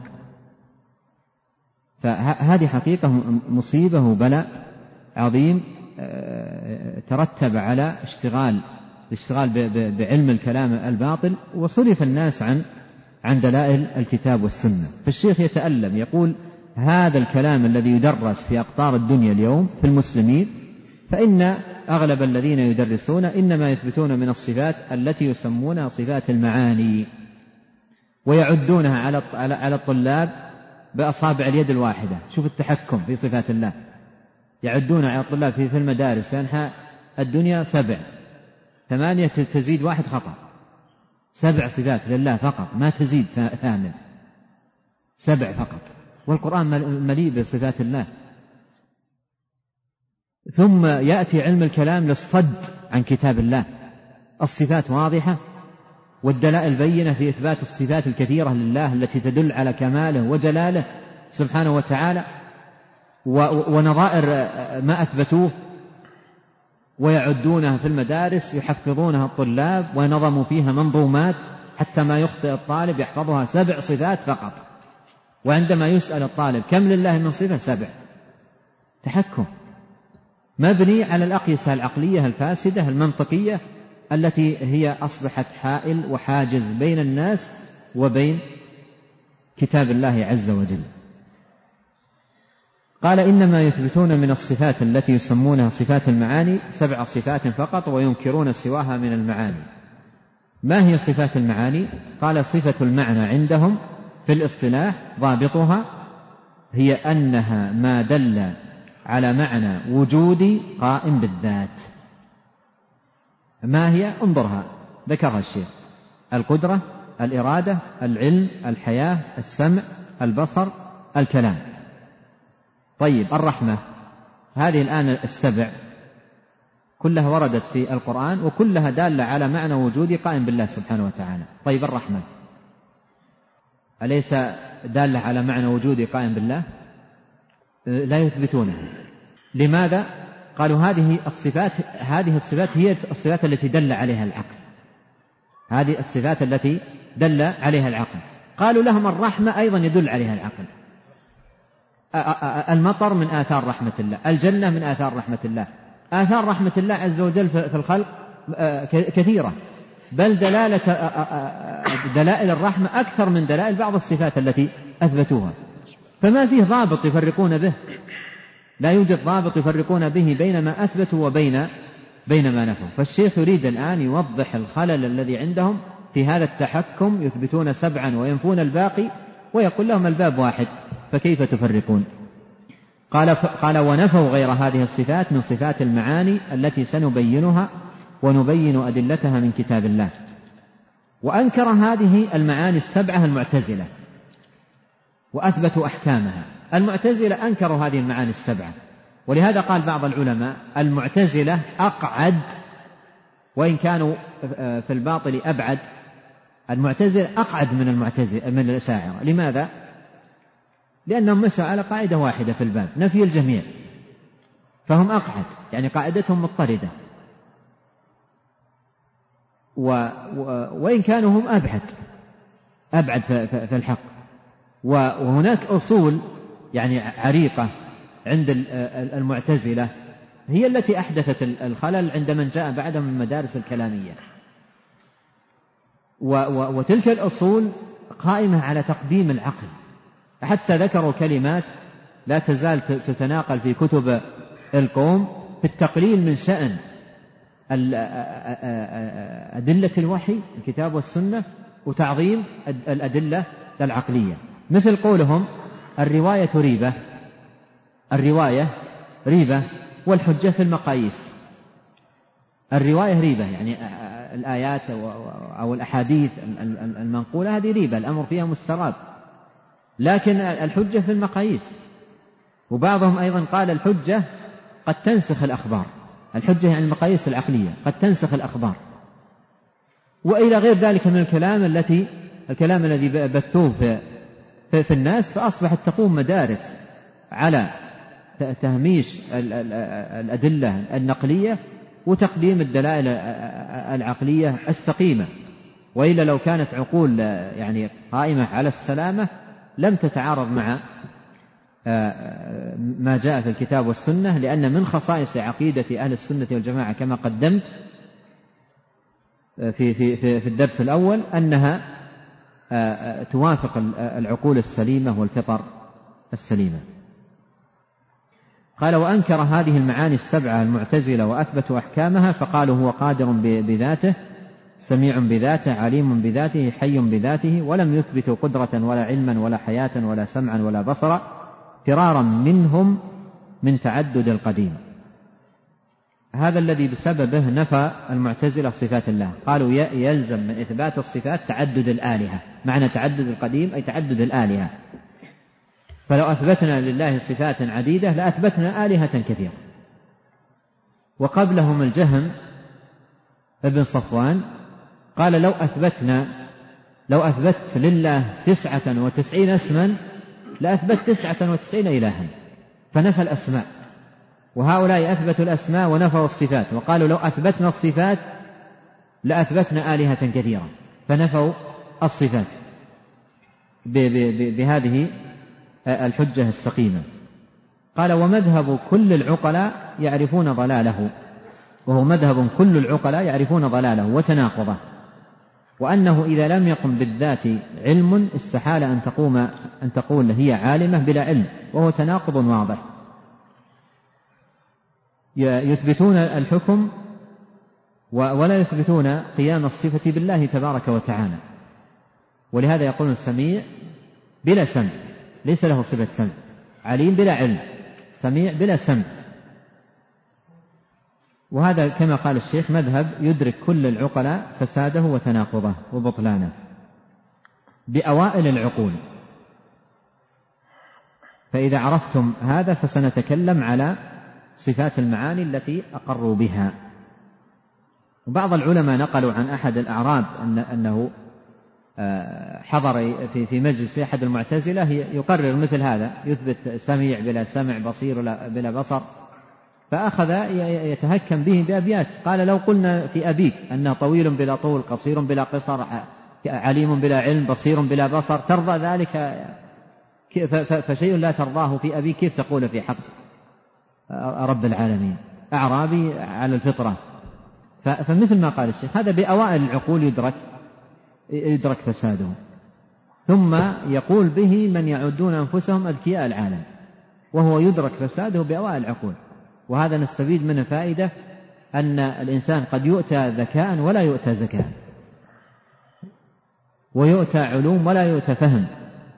فهذه حقيقة مصيبة وبلاء عظيم ترتب على اشتغال الاشتغال بعلم الكلام الباطل، وصرف الناس عن عن دلائل الكتاب والسنة. فالشيخ يتألم يقول هذا الكلام الذي يدرس في أقطار الدنيا اليوم في المسلمين، فإن أغلب الذين يدرسون إنما يثبتون من الصفات التي يسمونها صفات المعاني، ويعدونها على على الطلاب بأصابع اليد الواحدة. شوف التحكم في صفات الله، يعدون على الطلاب في في المدارس في أنحاء الدنيا سبع ثمانية تزيد واحد خطأ، سبع صفات لله فقط ما تزيد ثامن، سبع فقط، والقرآن مليء بصفات الله. ثم يأتي علم الكلام للصد عن كتاب الله، الصفات واضحة والدلائل بينة في إثبات الصفات الكثيرة لله التي تدل على كماله وجلاله سبحانه وتعالى، ونظائر ما أثبتوه، ويعدونها في المدارس يحفظونها الطلاب ونظموا فيها منظومات حتى ما يخطئ الطالب يحفظها سبع صفات فقط، وعندما يسأل الطالب كم لله من صفة؟ سبع. تحكم مبني على الأقيسة العقلية الفاسدة المنطقية التي هي أصبحت حائل وحاجز بين الناس وبين كتاب الله عز وجل. قال إنما يثبتون من الصفات التي يسمونها صفات المعاني سبع صفات فقط، وينكرون سواها من المعاني. ما هي صفات المعاني؟ قال صفة المعنى عندهم في الاصطلاح ضابطها هي أنها ما دل على معنى وجودي قائم بالذات. ما هي؟ انظرها، ذكرها الشيخ: القدرة، الإرادة، العلم، الحياة، السمع، البصر، الكلام. طيب الرحمة، هذه الآن السبع كلها وردت في القرآن وكلها دالة على معنى وجودي قائم بالله سبحانه وتعالى. طيب الرحمة أليس دالة على معنى وجودي قائم بالله؟ لا يثبتونها. لماذا؟ قالوا هذه الصفات هذه الصفات هي الصفات التي دل عليها العقل، هذه الصفات التي دل عليها العقل. قالوا لهم الرحمة أيضا يدل عليها العقل، المطر من آثار رحمة الله، الجنة من آثار رحمة الله. آثار رحمة الله عز وجل في الخلق كثيرة، بل دلالة دلائل الرحمة أكثر من دلائل بعض الصفات التي أثبتوها. فما فيه ضابط يفرقون به، لا يوجد ضابط يفرقون به بين ما أثبتوا وبين بين ما نفوا. فالشيخ يريد الآن يوضح الخلل الذي عندهم في هذا التحكم، يثبتون سبعا وينفون الباقي، ويقول لهم الباب واحد فكيف تفرقون؟ قال, قال ونفوا غير هذه الصفات من صفات المعاني التي سنبينها ونبين أدلتها من كتاب الله. وأنكر هذه المعاني السبعة المعتزلة وأثبتوا أحكامها. المعتزلة أنكروا هذه المعاني السبعة، ولهذا قال بعض العلماء المعتزلة أقعد وإن كانوا في الباطل أبعد. المعتزلة أقعد من المعتزلة من الأشاعرة. لماذا؟ لأنهم مشوا على قاعدة واحدة في الباب، نفي الجميع، فهم أقعد، يعني قاعدتهم مضطردة، و... و... وإن كانوا هم أبعد أبعد في الحق. وهناك أصول يعني عريقة عند المعتزلة هي التي أحدثت الخلل عند من جاء بعدهم من المدارس الكلامية. وتلك الأصول قائمة على تقديم العقل، حتى ذكروا كلمات لا تزال تتناقل في كتب القوم في التقليل من شأن أدلة الوحي الكتاب والسنة وتعظيم الأدلة العقلية، مثل قولهم الرواية ريبة، الرواية ريبة والحجة في المقاييس. الرواية ريبة يعني الآيات أو الأحاديث المنقولة هذه ريبة، الأمر فيها مستراب، لكن الحجة في المقاييس. وبعضهم أيضا قال الحجة قد تنسخ الأخبار، الحجة يعني المقاييس العقلية قد تنسخ الأخبار، وإلى غير ذلك من الكلام التي الكلام الذي بثوه في, في, في الناس، فأصبحت تقوم مدارس على تهميش الأدلة النقلية وتقديم الدلائل العقلية السقيمة. وإلا لو كانت عقول يعني قائمة على السلامة لم تتعارض مع ما جاء في الكتاب والسنة، لأن من خصائص عقيدة أهل السنة والجماعة كما قدمت في, في, في الدرس الأول أنها توافق العقول السليمة والفطر السليمة. قال وأنكر هذه المعاني السبعة المعتزلة وأثبتوا أحكامها، فقالوا هو قادر بذاته، سميع بذاته، عليم بذاته، حي بذاته، ولم يثبتوا قدرة ولا علما ولا حياة ولا سمعا ولا بصرا، فرارا منهم من تعدد القديم. هذا الذي بسببه نفى المعتزلة صفات الله، قالوا يلزم من إثبات الصفات تعدد الآلهة، معنى تعدد القديم أي تعدد الآلهة، فلو أثبتنا لله صفات عديدة لأثبتنا آلهة كثيرة. وقبلهم الجهم ابن صفوان قال لو أثبتنا لو أثبت لله تسعة وتسعين اسما لأثبت تسعة وتسعين إلها، فنفى الأسماء. وهؤلاء أثبتوا الأسماء ونفوا الصفات، وقالوا لو أثبتنا الصفات لأثبتنا آلهة كثيرة، فنفوا الصفات بهذه الحجة السقيمة. قال ومذهب كل العقلاء يعرفون ضلاله، وهو مذهب كل العقلاء يعرفون ضلاله وتناقضه، وأنه إذا لم يقم بالذات علم استحال أن تقوم أن تقول هي عالمة بلا علم، وهو تناقض واضح. يثبتون الحكم ولا يثبتون قيام الصفة بالله تبارك وتعالى، ولهذا يقول السميع بلا سمع، ليس له صفة سمع، عليم بلا علم، سميع بلا سمع. وهذا كما قال الشيخ مذهب يدرك كل العقلاء فساده وتناقضه وبطلانه بأوائل العقول. فإذا عرفتم هذا فسنتكلم على صفات المعاني التي أقروا بها. وبعض العلماء نقلوا عن أحد الأعراب أن أنه حضر في مجلس في أحد المعتزلة يقرر مثل هذا، يثبت سميع بلا سمع، بصير بلا بصر، فأخذ يتهكم به بأبيات. قال لو قلنا في أبيك أنه طويل بلا طول، قصير بلا قصر، عليم بلا علم، بصير بلا بصر، ترضى ذلك؟ فشيء لا ترضاه في أبيك كيف تقول في حق رب العالمين؟ أعرابي على الفطرة. فمثل ما قال الشيخ هذا بأوائل العقول يدرك يدرك فساده، ثم يقول به من يعدون أنفسهم أذكياء العالم، وهو يدرك فساده بأوائل العقول. وهذا نستفيد منه فائدة أن الإنسان قد يؤتى ذكاء ولا يؤتى ذكاء، ويؤتى علوم ولا يؤتى فهم.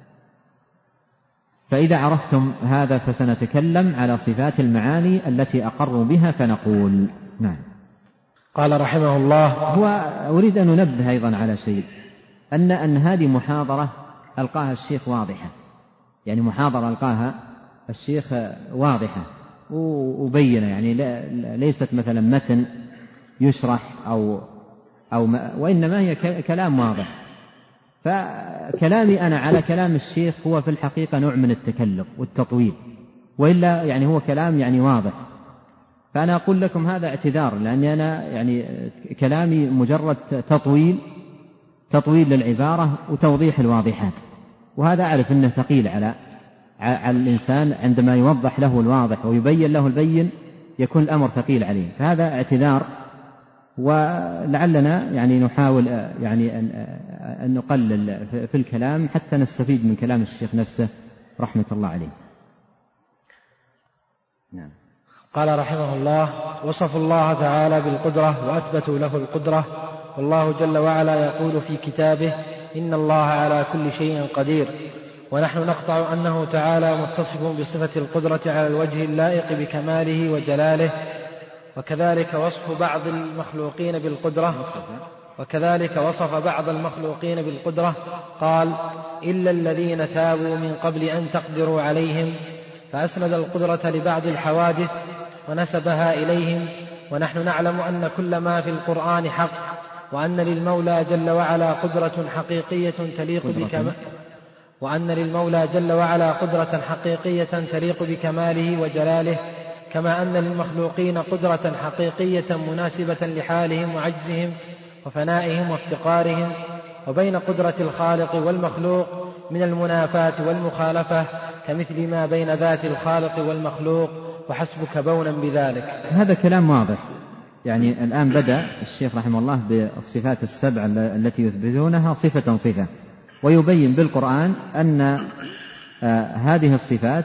فإذا عرفتم هذا فسنتكلم على صفات المعاني التي أقروا بها فنقول نعم. قال رحمه الله. هو أريد أن ننبه أيضا على شيء، أن أن هذه محاضرة ألقاها الشيخ واضحة، يعني محاضرة ألقاها الشيخ واضحة وبينة، يعني ليست مثلا متن يشرح أو أو وإنما هي كلام واضح. فكلامي أنا على كلام الشيخ هو في الحقيقة نوع من التكلف والتطويل، وإلا يعني هو كلام يعني واضح. فأنا أقول لكم هذا اعتذار، لأني أنا يعني كلامي مجرد تطويل تطويل للعبارة وتوضيح الواضحات، وهذا أعرف أنه ثقيل على على الإنسان، عندما يوضح له الواضح ويبين له البين يكون الأمر ثقيل عليه. فهذا اعتذار ولعلنا يعني نحاول يعني أن نقلل في الكلام حتى نستفيد من كلام الشيخ نفسه رحمة الله عليه. نعم. قال رحمه الله: وصفوا الله تعالى بالقدرة وأثبتوا له القدرة، والله جل وعلا يقول في كتابه: إن الله على كل شيء قدير. ونحن نقطع أنه تعالى متصف بصفة القدرة على الوجه اللائق بكماله وجلاله. وكذلك وصف بعض المخلوقين بالقدرة وكذلك وصف بعض المخلوقين بالقدرة قال: إلا الذين تابوا من قبل أن تقدروا عليهم، فأسند القدرة لبعض الحوادث ونسبها إليهم. ونحن نعلم أن كل ما في القرآن حق، وأن للمولى جل وعلا قدرة حقيقية تليق بكماله وأن للمولى جل وعلا قدرة حقيقية تليق بكماله وجلاله، كما أن للمخلوقين قدرة حقيقية مناسبة لحالهم وعجزهم وفنائهم وافتقارهم. وبين قدرة الخالق والمخلوق من المنافاة والمخالفة كمثل ما بين ذات الخالق والمخلوق، وحسبك بونا بذلك. هذا كلام واضح. يعني الآن بدأ الشيخ رحمه الله بالصفات السبع التي يثبتونها صفة صفة، ويبين بالقرآن أن آه هذه الصفات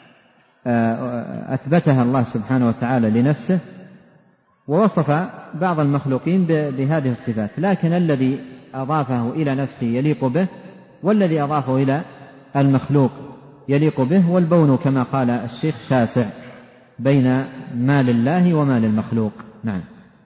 آه أثبتها الله سبحانه وتعالى لنفسه، ووصف بعض المخلوقين بهذه الصفات، لكن الذي أضافه إلى نفسه يليق به، والذي أضافه إلى المخلوق يليق به، والبون كما قال الشيخ شاسع بين ما لله وما للمخلوق. نعم.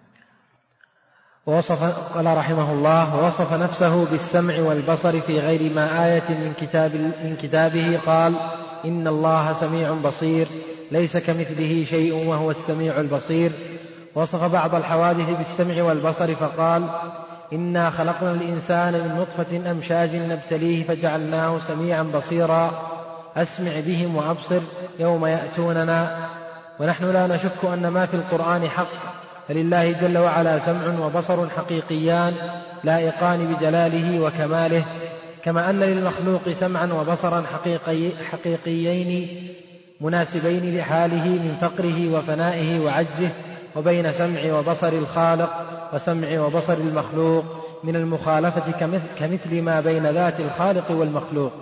ووصف قال رحمه الله: ووصف نفسه بالسمع والبصر في غير ما آية من, كتاب من كتابه قال: إن الله سميع بصير ليس كمثله شيء وهو السميع البصير. وصف بعض الحوادث بالسمع والبصر فقال: إنا خلقنا الإنسان من نطفة أمشاج نبتليه فجعلناه سميعا بصيرا أسمع بهم وأبصر يوم يأتوننا. ونحن لا نشك أن ما في القرآن حق، فلله جل وعلا سمع وبصر حقيقيان لائقان بجلاله وكماله، كما أن للمخلوق سمعا وبصرا حقيقي حقيقيين مناسبين لحاله من فقره وفنائه وعجزه. وبين سمع وبصر الخالق وسمع وبصر المخلوق من المخالفة كمثل ما بين ذات الخالق والمخلوق.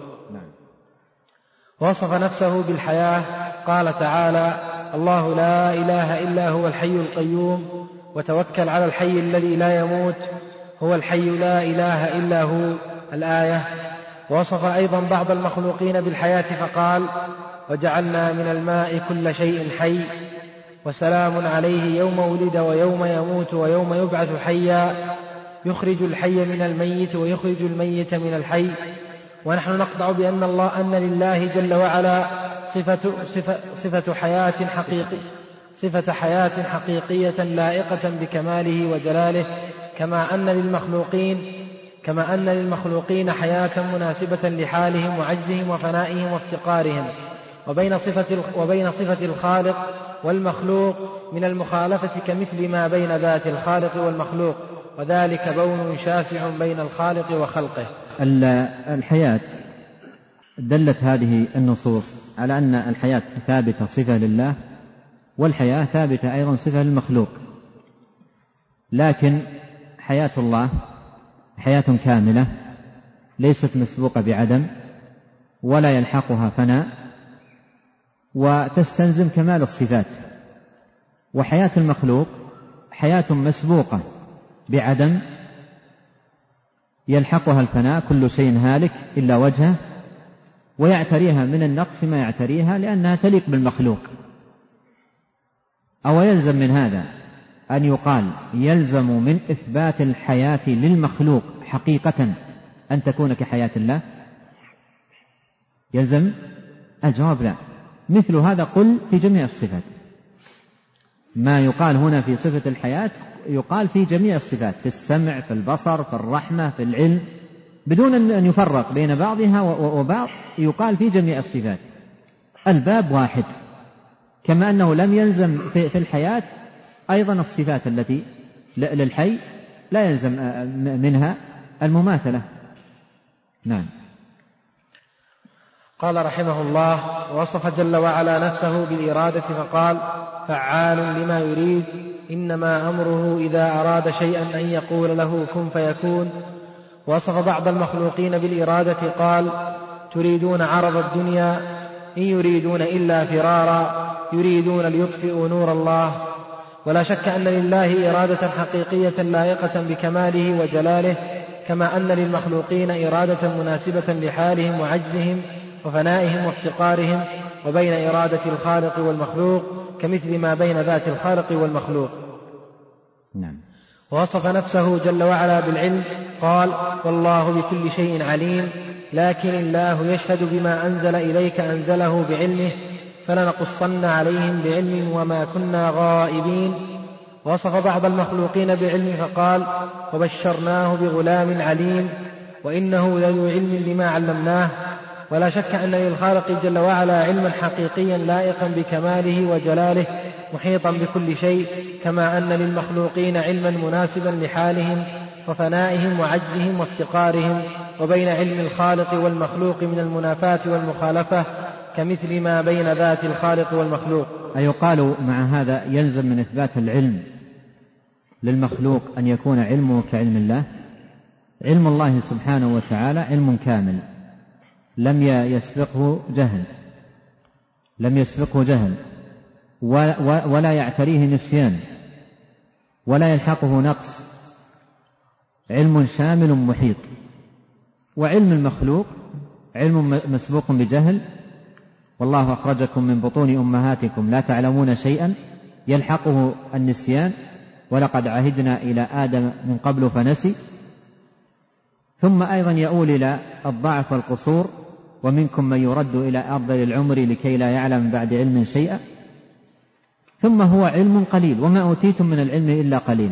وصف نفسه بالحياة قال تعالى: الله لا إله إلا هو الحي القيوم وتوكل على الحي الذي لا يموت هو الحي لا إله إلا هو الآية. ووصف أيضا بعض المخلوقين بالحياة فقال: وجعلنا من الماء كل شيء حي وسلام عليه يوم ولد ويوم يموت ويوم يبعث حيا يخرج الحي من الميت ويخرج الميت من الحي. ونحن نقطع بأن الله أن لله جل وعلا صفة, صفة, صفة حياة حقيقية صفة حياة حقيقية لائقة بكماله وجلاله، كما أن للمخلوقين كما أن للمخلوقين حياة مناسبة لحالهم وعجزهم وفنائهم وافتقارهم. وبين صفة وبين صفة الخالق والمخلوق من المخالفة كمثل ما بين ذات الخالق والمخلوق، وذلك بون شاسع بين الخالق وخلقه. الحياة دلت هذه النصوص على أن الحياة ثابتة صفة لله، والحياة ثابتة أيضا صفة للمخلوق، لكن حياة الله حياة كاملة ليست مسبوقة بعدم ولا يلحقها فناء، وتستلزم كمال الصفات. وحياة المخلوق حياة مسبوقة بعدم يلحقها الفناء، كل شيء هالك إلا وجهه، ويعتريها من النقص ما يعتريها لأنها تليق بالمخلوق. أو يلزم من هذا أن يقال يلزم من إثبات الحياة للمخلوق حقيقة أن تكون كحياة الله؟ يلزم؟ الجواب لا. مثل هذا قل في جميع الصفات، ما يقال هنا في صفة الحياة يقال في جميع الصفات، في السمع، في البصر، في الرحمة، في العلم، بدون أن يفرق بين بعضها وبعض، يقال في جميع الصفات. الباب واحد، كما أنه لم يلزم في الحياة أيضا الصفات التي للحي لا يلزم منها المماثلة. نعم. قال رحمه الله: وصف جل وعلا نفسه بالإرادة فقال: فعال لما يريد. إنما أمره إذا أراد شيئا أن يقول له كن فيكون. وصف بعض المخلوقين بالإرادة قال تريدون عرض الدنيا إن يريدون إلا فرارا يريدون ليطفئوا نور الله. ولا شك أن لله إرادة حقيقية لائقة بكماله وجلاله، كما أن للمخلوقين إرادة مناسبة لحالهم وعجزهم وفنائهم وافتقارهم، وبين إرادة الخالق والمخلوق كمثل ما بين ذات الخالق والمخلوق. نعم. ووصف نفسه جل وعلا بالعلم قال والله بكل شيء عليم، لكن الله يشهد بما أنزل إليك أنزله بعلمه فلنقصن عليهم بعلم وما كنا غائبين. وصف بعض المخلوقين بعلم فقال وبشرناه بغلام عليم وإنه لذو علم لما علمناه. ولا شك أن للخالق جل وعلا علما حقيقيا لائقا بكماله وجلاله محيطا بكل شيء، كما أن للمخلوقين علما مناسبا لحالهم وفنائهم وعجزهم وافتقارهم، وبين علم الخالق والمخلوق من المنافاة والمخالفة كمثل ما بين ذات الخالق والمخلوق. أيقال مع هذا يلزم من إثبات العلم للمخلوق أن يكون علمه كعلم الله؟ علم الله سبحانه وتعالى علم كامل لم يسبقه جهل لم يسبقه جهل ولا يعتريه نسيان ولا يلحقه نقص، علم شامل محيط. وعلم المخلوق علم مسبوق بجهل، والله أخرجكم من بطون أمهاتكم لا تعلمون شيئا يلحقه النسيان، ولقد عهدنا إلى آدم من قبل فنسي. ثم أيضا يؤول إلى الضعف والقصور، ومنكم من يرد إلى أرذل العمر لكي لا يعلم بعد علم شيئا. ثم هو علم قليل وما أوتيتم من العلم إلا قليلا.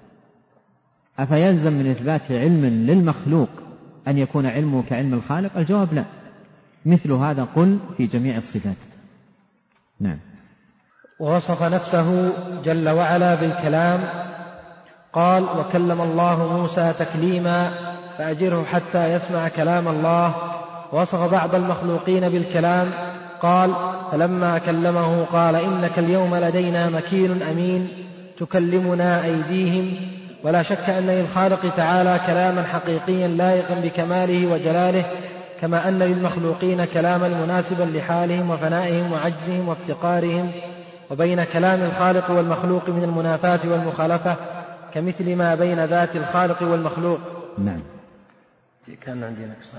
أفيلزم من إثبات علم للمخلوق أن يكون علمه كعلم الخالق؟ الجواب لا. مثل هذا قل في جميع الصفات. نعم. ووصف نفسه جل وعلا بالكلام قال وكلم الله موسى تكليما فأجره حتى يسمع كلام الله. ووصف بعض المخلوقين بالكلام قال فلما كلمه قال إنك اليوم لدينا مكين أمين تكلمنا أيديهم. ولا شك أن للخالق تعالى كلاما حقيقيا لائقا بكماله وجلاله، كما أن للمخلوقين كلاما مناسبا لحالهم وفنائهم وعجزهم وافتقارهم، وبين كلام الخالق والمخلوق من المنافاة والمخالفة كمثل ما بين ذات الخالق والمخلوق. نعم. كان عندي نقص.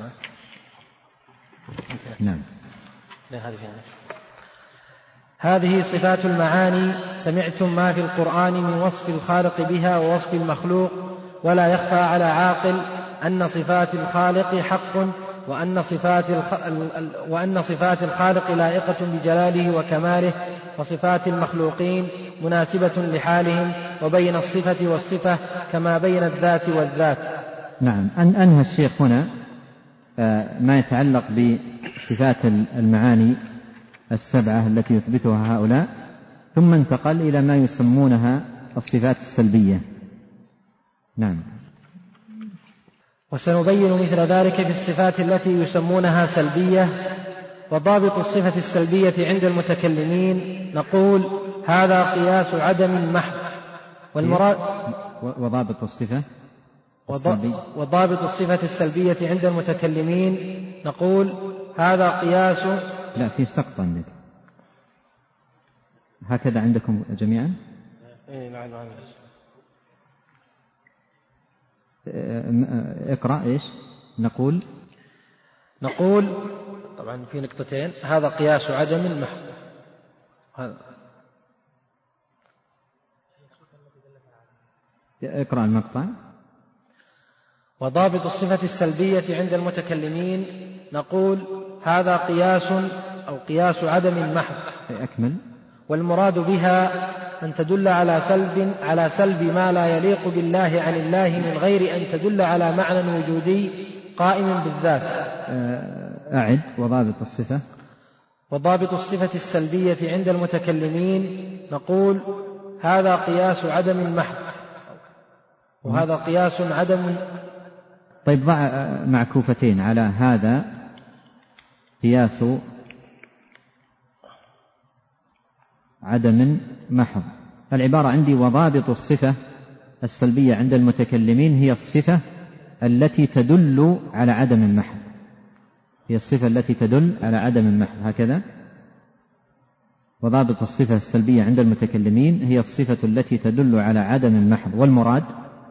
نعم. هذه صفات المعاني. سمعتم ما في القرآن من وصف الخالق بها ووصف المخلوق، ولا يخفى على عاقل أن صفات الخالق حق، وأن صفات, الخ... وأن صفات الخالق لائقة بجلاله وكماله، وصفات المخلوقين مناسبة لحالهم، وبين الصفة والصفة كما بين الذات والذات. نعم. أن أنهى الشيخ هنا ما يتعلق بصفات المعاني السبعة التي يثبتها هؤلاء، ثم انتقل إلى ما يسمونها الصفات السلبية. نعم. وسنبين مثل ذلك في الصفات التي يسمونها سلبية. وضابط الصفة السلبية عند المتكلمين نقول هذا قياس عدم محض. والمراد وضابط الصفة وضابط الصفة السلبية عند المتكلمين نقول هذا قياس. لا، في سقط عندك هكذا عندكم جميعا. اقرأ ايش نقول. نقول طبعا في نقطتين. هذا قياس عدم محض. هذا اقرأ المقطع. وضابط الصفة السلبية عند المتكلمين نقول هذا قياس أو قياس عدم محض. أكمل. والمراد بها أن تدل على سلب على سلب ما لا يليق بالله عن الله من غير أن تدل على معنى وجودي قائم بالذات. أعد. وضابط الصفة وضابط الصفة السلبية عند المتكلمين نقول هذا قياس عدم محض، وهذا قياس عدم. طيب ضع معكوفتين على هذا قياس عدم محض. العبارة عندي: وضابط الصفة السلبية عند المتكلمين هي الصفة التي تدل على عدم المحل، هي الصفة التي تدل على عدم المحل، هكذا. وضابط الصفة السلبية عند المتكلمين هي الصفة التي تدل على عدم المحل. والمراد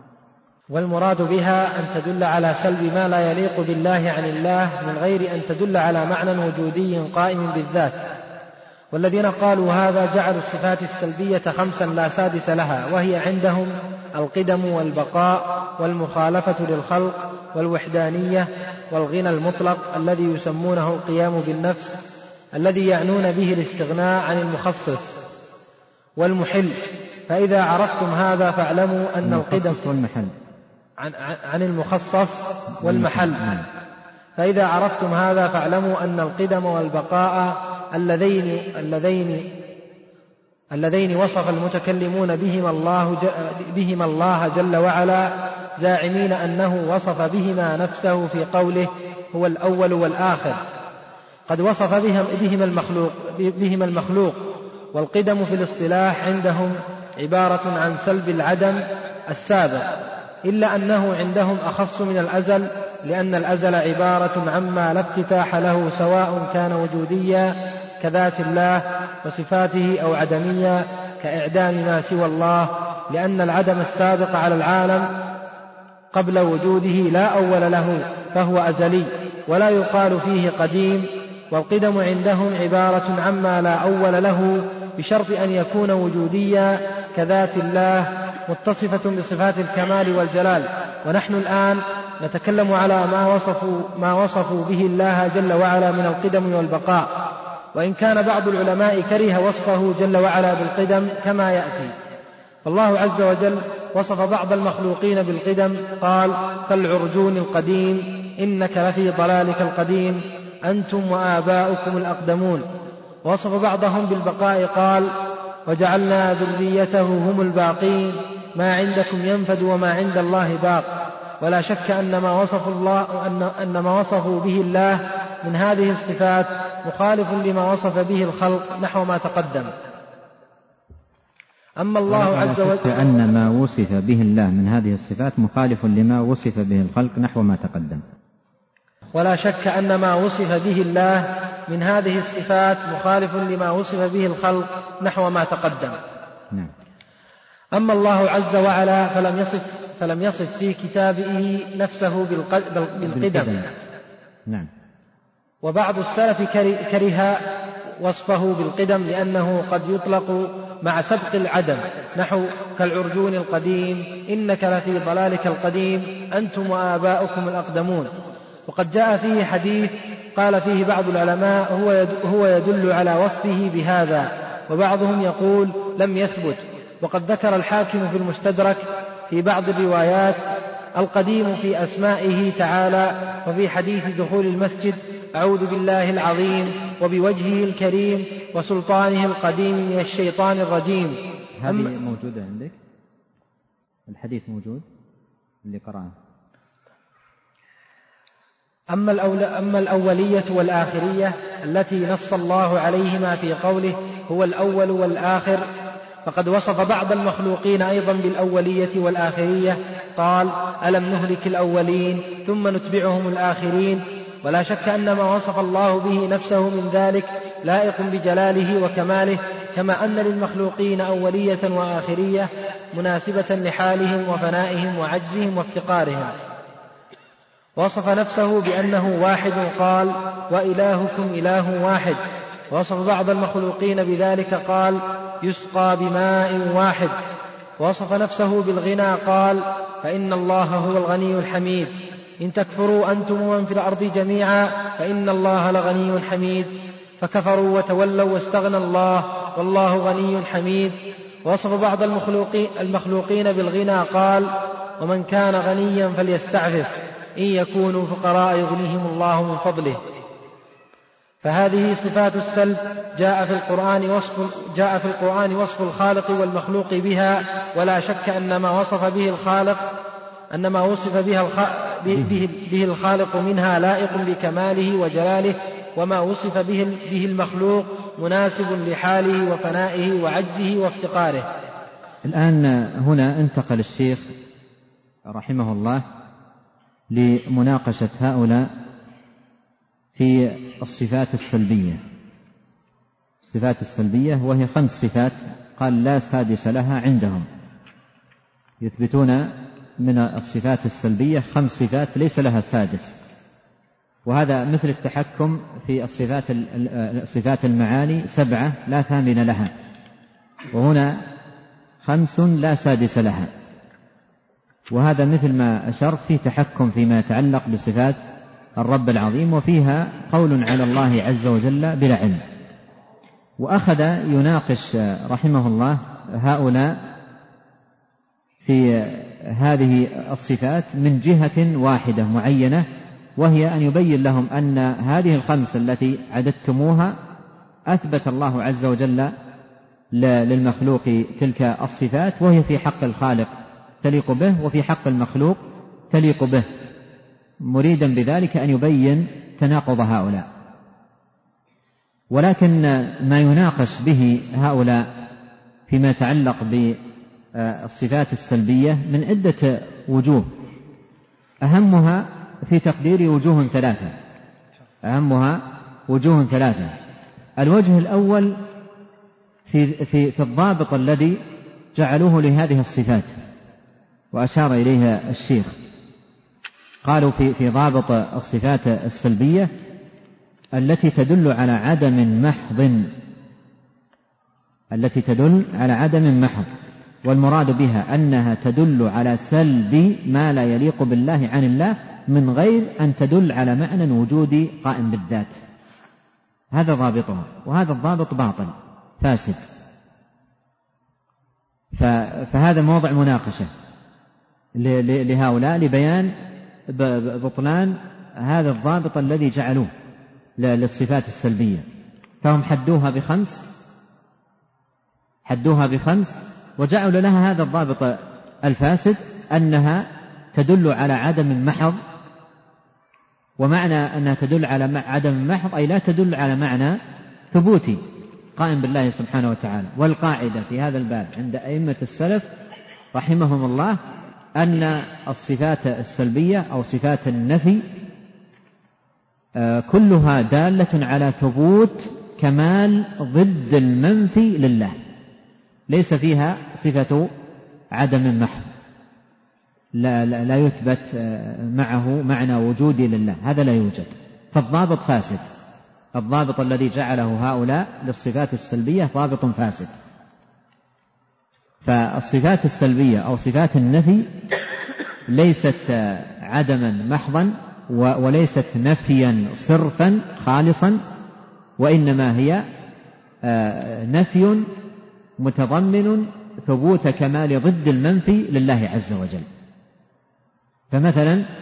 والمراد بها أن تدل على سلب ما لا يليق بالله عن الله من غير أن تدل على معنى وجودي قائم بالذات. والذين قالوا هذا جعلوا الصفات السلبية خمسا لا سادس لها، وهي عندهم القدم والبقاء والمخالفة للخلق والوحدانية والغنى المطلق الذي يسمونه القيام بالنفس، الذي يعنون به الاستغناء عن المخصص والمحل. فإذا عرفتم هذا فاعلموا أن القدم والمحل عن, عن المخصص والمحل فإذا عرفتم هذا فاعلموا أن القدم والبقاء اللذين اللذين اللذين وصف المتكلمون بهما الله بهما الله جل وعلا، زاعمين أنه وصف بهما نفسه في قوله هو الأول والآخر، قد وصف بهم بهما المخلوق بهما المخلوق. والقدم في الاصطلاح عندهم عبارة عن سلب العدم السابق، إلا أنه عندهم أخص من الأزل، لأن الأزل عبارة عما لا افتتاح له، سواء كان وجوديا كذات الله وصفاته أو عدميا كإعدام ما سوى الله، لأن العدم السابق على العالم قبل وجوده لا أول له فهو أزلي ولا يقال فيه قديم. والقدم عندهم عبارة عما لا أول له بشرط أن يكون وجوديا كذات الله متصفة بصفات الكمال والجلال. ونحن الآن نتكلم على ما وصفوا, ما وصفوا به الله جل وعلا من القدم والبقاء، وإن كان بعض العلماء كره وصفه جل وعلا بالقدم كما يأتي. فالله عز وجل وصف بعض المخلوقين بالقدم، قال كالعرجون القديم إنك لفي ضلالك القديم أنتم وآباؤكم الأقدمون. وصف بعضهم بالبقاء، قال وجعلنا ذريته هم الباقين ما عندكم ينفد وما عند الله باق. ولا شك أن ما وصف الله أن, أن ما وصفوا به الله من هذه الصفات مخالف لما وصف به الخلق نحو ما تقدم. أما الله عز وجل أن ما وصف به الله من هذه الصفات مخالف لما وصف به الخلق نحو ما تقدم. ولا شك أن ما وصف به الله من هذه الصفات مخالف لما وصف به الخلق نحو ما تقدم. نعم. أما الله عز وعلا فلم يصف, فلم يصف في كتابه نفسه بالقدم. نعم. وبعض السلف كره وصفه بالقدم لأنه قد يطلق مع سبق العدم، نحو كالعرجون القديم إنك لفي ضلالك القديم أنتم وآباؤكم الأقدمون. وقد جاء فيه حديث قال فيه بعض العلماء هو يدل على وصفه بهذا، وبعضهم يقول لم يثبت. وقد ذكر الحاكم في المستدرك في بعض الروايات القديم في أسمائه تعالى، وفي حديث دخول المسجد أعوذ بالله العظيم وبوجهه الكريم وسلطانه القديم من الشيطان الرجيم. هذه موجودة عندك؟ الحديث موجود اللي قرأه. أما, الأول أما الأولية والآخرية التي نص الله عليهما في قوله هو الأول والآخر، فقد وصف بعض المخلوقين أيضا بالأولية والآخرية، قال ألم نهلك الأولين ثم نتبعهم الآخرين. ولا شك أن ما وصف الله به نفسه من ذلك لائق بجلاله وكماله، كما أن للمخلوقين أولية وآخرية مناسبة لحالهم وفنائهم وعجزهم وافتقارهم. وصف نفسه بأنه واحد، قال وإلهكم إله واحد. وصف بعض المخلوقين بذلك، قال يسقى بماء واحد. وصف نفسه بالغنى، قال فإن الله هو الغني الحميد، إن تكفروا أنتم ومن في الأرض جميعا فإن الله لغني حميد، فكفروا وتولوا واستغنى الله والله غني حميد. وصف بعض المخلوقين, المخلوقين بالغنى، قال ومن كان غنيا فليستعفف إن يكونوا فقراء يغنيهم الله من فضله. فهذه صفات السلب جاء في القرآن وصف, جاء في القرآن وصف الخالق والمخلوق بها. ولا شك أن ما وصف به الخالق أن ما وصف بها الخ... به, به الخالق منها لائق بكماله وجلاله، وما وصف به, به المخلوق مناسب لحاله وفنائه وعجزه وافتقاره. الآن هنا انتقل الشيخ رحمه الله لمناقشة هؤلاء في الصفات السلبية. الصفات السلبية وهي خمس صفات، قال لا سادس لها عندهم، يثبتون من الصفات السلبية خمس صفات ليس لها سادس، وهذا مثل التحكم في الصفات صفات المعاني سبعة لا ثامن لها، وهنا خمس لا سادس لها، وهذا مثل ما أشرت في تحكم فيما يتعلق بصفات الرب العظيم، وفيها قول على الله عز وجل بلا علم. وأخذ يناقش رحمه الله هؤلاء في هذه الصفات من جهة واحدة معينة، وهي أن يبين لهم أن هذه الخمس التي عددتموها أثبت الله عز وجل للمخلوق تلك الصفات، وهي في حق الخالق تليق به وفي حق المخلوق تليق به، مريدا بذلك أن يبين تناقض هؤلاء. ولكن ما يناقش به هؤلاء فيما يتعلق بالصفات السلبية من عدة وجوه، أهمها في تقدير وجوه ثلاثة أهمها وجوه ثلاثة الوجه الأول في, في, في الضابط الذي جعلوه لهذه الصفات، وأشار إليها الشيخ. قالوا في, في ضابط الصفات السلبية التي تدل على عدم محض التي تدل على عدم محض والمراد بها أنها تدل على سلب ما لا يليق بالله عن الله من غير أن تدل على معنى وجودي قائم بالذات. هذا ضابطها، وهذا الضابط باطل فاسد، فهذا موضع مناقشة لهؤلاء لبيان بطلان هذا الضابط الذي جعلوه للصفات السلبية. فهم حدوها بخمس حدوها بخمس وجعلوا لها هذا الضابط الفاسد أنها تدل على عدم محض، ومعنى أنها تدل على عدم محض أي لا تدل على معنى ثبوتي قائم بالله سبحانه وتعالى. والقاعدة في هذا الباب عند أئمة السلف رحمهم الله أن الصفات السلبية أو صفات النفي كلها دالة على ثبوت كمال ضد المنفي لله، ليس فيها صفة عدم محض، لا, لا, لا يثبت معه معنى وجودي لله، هذا لا يوجد. فالضابط فاسد، الضابط الذي جعله هؤلاء للصفات السلبية ضابط فاسد. فالصفات السلبية أو صفات النفي ليست عدما محضا وليست نفيا صرفا خالصا، وإنما هي نفي متضمن ثبوت كمال ضد المنفي لله عز وجل. فمثلا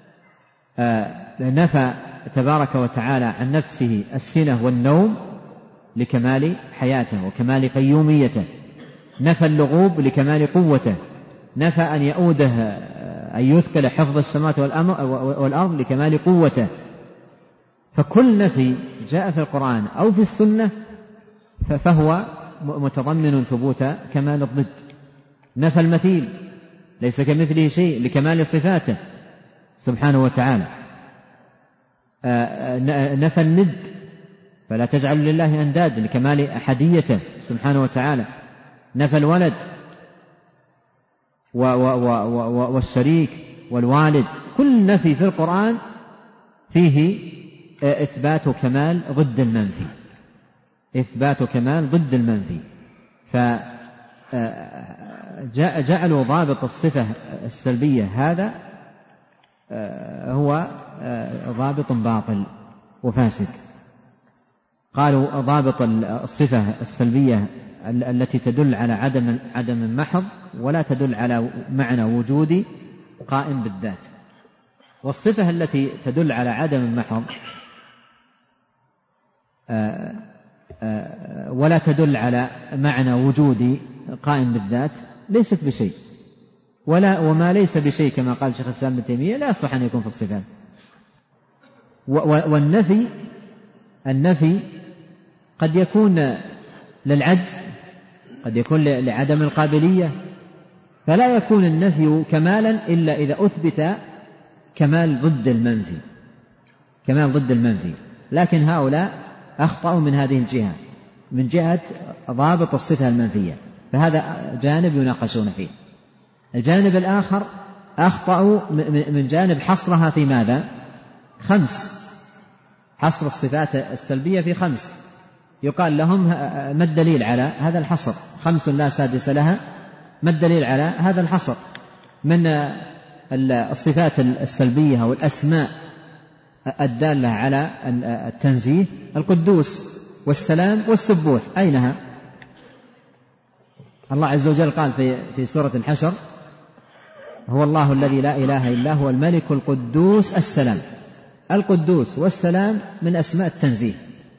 نفى تبارك وتعالى عن نفسه السنة والنوم لكمال حياته وكمال قيوميته، نفى اللغوب لكمال قوته، نفى أن يؤوده أن يثقل حفظ السماوات والأرض لكمال قوته. فكل نفي جاء في القرآن أو في السنة فهو متضمن ثبوت كمال الضد. نفى المثيل ليس كمثله شيء لكمال صفاته سبحانه وتعالى. نفى الند فلا تجعل لله أنداد لكمال أحديته سبحانه وتعالى. نفى الولد والشريك والوالد، كل نفي في القرآن فيه إثبات كمال ضد المنفي، إثبات كمال ضد المنفي. فجعلوا ضابط الصفة السلبية هذا هو ضابط باطل وفاسد. قالوا ضابط الصفة السلبية التي تدل على عدم عدم محض ولا تدل على معنى وجودي قائم بالذات، والصفة التي تدل على عدم محض ولا تدل على معنى وجودي قائم بالذات ليست بشيء، ولا وما ليس بشيء كما قال شيخ الإسلام ابن تيمية لا يصلح أن يكون في الصفات. والنفي النفي قد يكون للعجز قد يكون لعدم القابلية، فلا يكون النفي كمالا إلا إذا أثبت كمال ضد المنفي، كمال ضد المنفي. لكن هؤلاء أخطأوا من هذه الجهة، من جهة ضابط الصفة المنفية، فهذا جانب يناقشون فيه. الجانب الآخر أخطأوا من جانب حصرها في ماذا؟ خمس، حصر الصفات السلبية في خمس. يقال لهم ما الدليل على هذا الحصر؟ خمس لا سادس لها، ما الدليل على هذا الحصر؟ من الصفات السلبية والأسماء الدالة على التنزيه القدوس والسلام والسبوح، أينها؟ الله عز وجل قال في في سورة الحشر: هو الله الذي لا إله إلا هو الملك القدوس السلام. القدوس والسلام من أسماء التنزيه.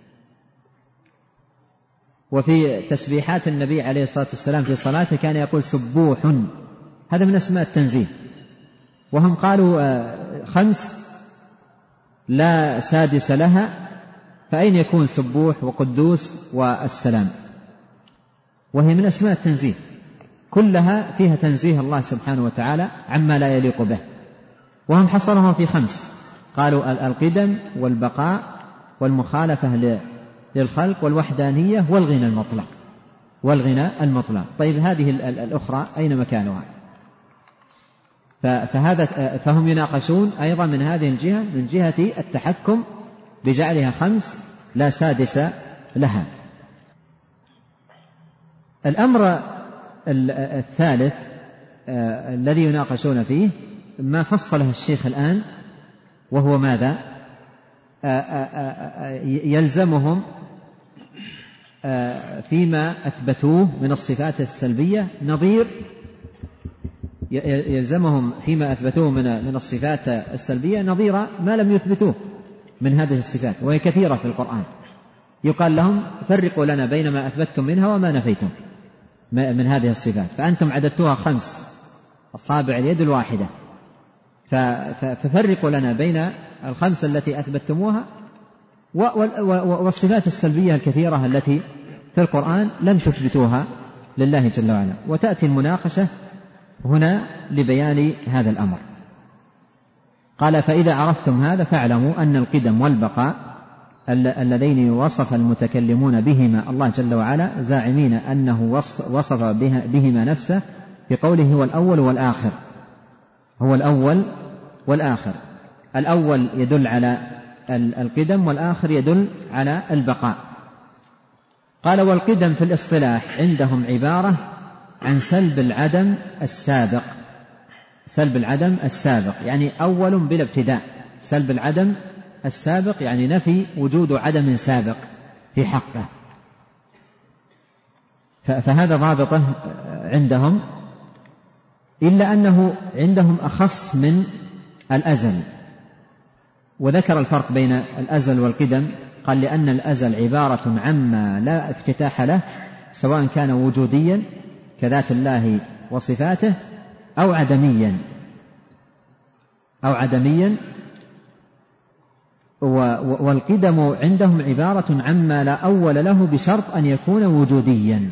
وفي تسبيحات النبي عليه الصلاة والسلام في صلاته كان يقول سبوح، هذا من أسماء التنزيه. وهم قالوا خمس لا سادس لها، فأين يكون سبوح وقدوس والسلام؟ وهي من أسماء التنزيه، كلها فيها تنزيه الله سبحانه وتعالى عما لا يليق به، وهم حصرهم في خمس، قالوا القدم والبقاء والمخالفة للخلق والوحدانية والغنى المطلق، والغنى المطلق. طيب هذه الأخرى أين مكانها؟ فهذا فهم يناقشون أيضا من هذه الجهة، من جهة التحكم بجعلها خمس لا سادس لها. الأمر الثالث الذي يناقشون فيه ما فصله الشيخ الآن، وهو ماذا؟ يلزمهم فيما أثبتوه من الصفات السلبية نظير، يلزمهم فيما أثبتوه من من الصفات السلبية نظير ما لم يثبتوه من هذه الصفات، وهي كثيرة في القرآن. يقال لهم فرقوا لنا بين ما أثبتتم منها وما نفيتم من هذه الصفات، فأنتم عددتوها خمس، أصابع اليد الواحدة، ففرقوا لنا بين الخمس التي أثبتتموها والصفات السلبية الكثيرة التي في القرآن لم تثبتوها لله جل وعلا. وتأتي المناقشة هنا لبيان هذا الأمر. قال: فإذا عرفتم هذا فاعلموا أن القدم والبقاء اللذين وصف المتكلمون بهما الله جل وعلا زاعمين أنه وصف بهما نفسه في قوله هو الأول والآخر، هو الأول والآخر. الأول يدل على القدم والآخر يدل على البقاء. قال: والقدم في الاصطلاح عندهم عبارة عن سلب العدم السابق، سلب العدم السابق يعني أول بلا ابتداء، سلب العدم السابق يعني نفي وجود عدم سابق في حقه، فهذا ضابطه عندهم، إلا أنه عندهم أخص من الأزل. وذكر الفرق بين الأزل والقدم، قال: لأن الأزل عبارة عما لا افتتاح له، سواء كان وجوديا كذات الله وصفاته أو عدميا أو عدميا والقدم عندهم عبارة عما لا أول له بشرط أن يكون وجوديا.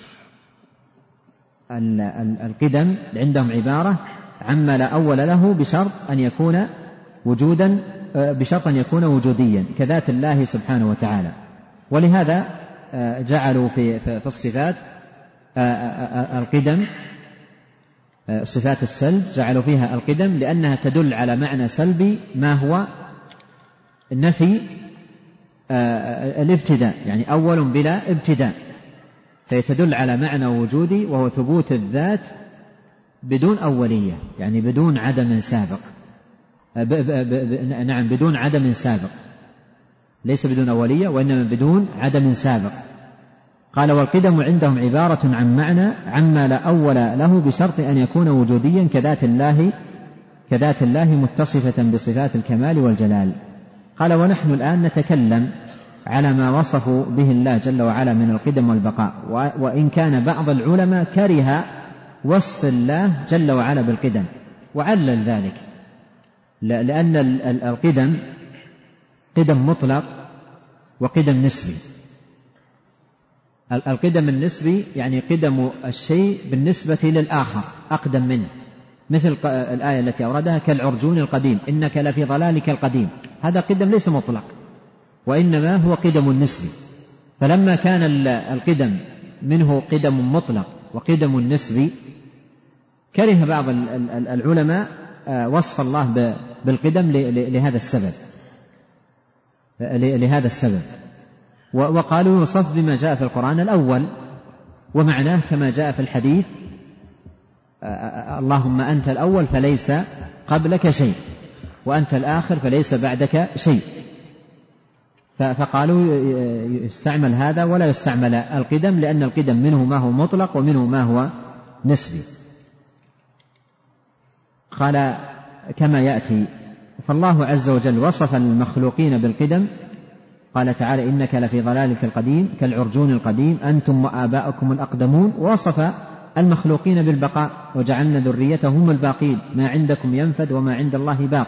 القدم عندهم عبارة عما لا أول له بشرط أن يكون وجودا، بشرط أن يكون وجوديا كذات الله سبحانه وتعالى. ولهذا جعلوا في في الصفات القدم، صفات السلب جعلوا فيها القدم لأنها تدل على معنى سلبي ما هو نفي الابتداء، يعني أول بلا ابتداء، فيتدل على معنى وجودي وهو ثبوت الذات بدون أولية، يعني بدون عدم سابق. ب ب ب نعم بدون عدم سابق، ليس بدون أولية وإنما بدون عدم سابق. قال: والقدم عندهم عبارة عن معنى عما لا أول له بشرط أن يكون وجوديا كذات الله كذات الله متصفة بصفات الكمال والجلال. قال: ونحن الآن نتكلم على ما وصفوا به الله جل وعلا من القدم والبقاء، وإن كان بعض العلماء كره وصف الله جل وعلا بالقدم وعلل ذلك، لأن القدم قدم مطلق وقدم نسبي، القدم النسبي يعني قدم الشيء بالنسبة للآخر أقدم منه، مثل الآية التي أوردها كالعرجون القديم إنك لفي ضلالك القديم، هذا قدم ليس مطلق وإنما هو قدم نسبي. فلما كان القدم منه قدم مطلق وقدم نسبي كره بعض العلماء وصف الله بالقدم لهذا السبب لهذا السبب وقالوا يوصف بما جاء في القرآن الأول، ومعناه كما جاء في الحديث اللهم أنت الأول فليس قبلك شيء وأنت الآخر فليس بعدك شيء، فقالوا يستعمل هذا ولا يستعمل القدم، لأن القدم منه ما هو مطلق ومنه ما هو نسبي. قال كما يأتي. فالله عز وجل وصف المخلوقين بالقدم، قال تعالى إنك لفي ضلالك القديم كالعرجون القديم أنتم وآباؤكم الأقدمون، ووصف المخلوقين بالبقاء وجعلنا ذريته هم الباقين ما عندكم ينفد وما عند الله باق،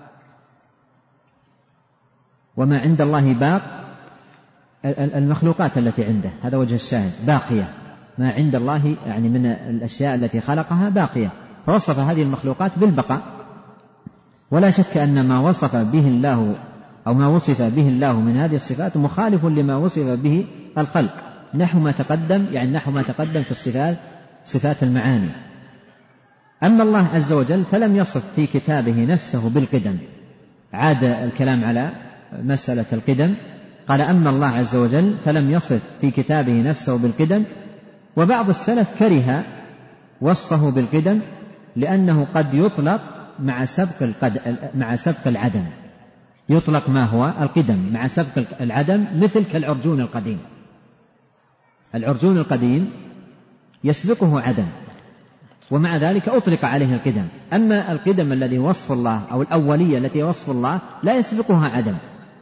وما عند الله باق المخلوقات التي عنده، هذا وجه الشاهد باقية، ما عند الله يعني من الأشياء التي خلقها باقية، فوصف هذه المخلوقات بالبقاء. ولا شك أن ما وصف به الله أو ما وصف به الله من هذه الصفات مخالف لما وصف به الخلق، نحو ما تقدم يعني نحو ما تقدم في الصفات صفات المعاني. أما الله عز وجل فلم يصف في كتابه نفسه بالقدم، عاد الكلام على مسألة القدم، قال أما الله عز وجل فلم يصف في كتابه نفسه بالقدم. وبعض السلف كره وصفه بالقدم لأنه قد يطلق مع سبق القد... مع سبق العدم، يطلق ما هو القدم مع سبق العدم، مثل كالعرجون القديم. العرجون القديم يسبقه عدم ومع ذلك أطلق عليه القدم. أما القدم الذي وصف الله أو الأولية التي وصف الله لا يسبقها عدم،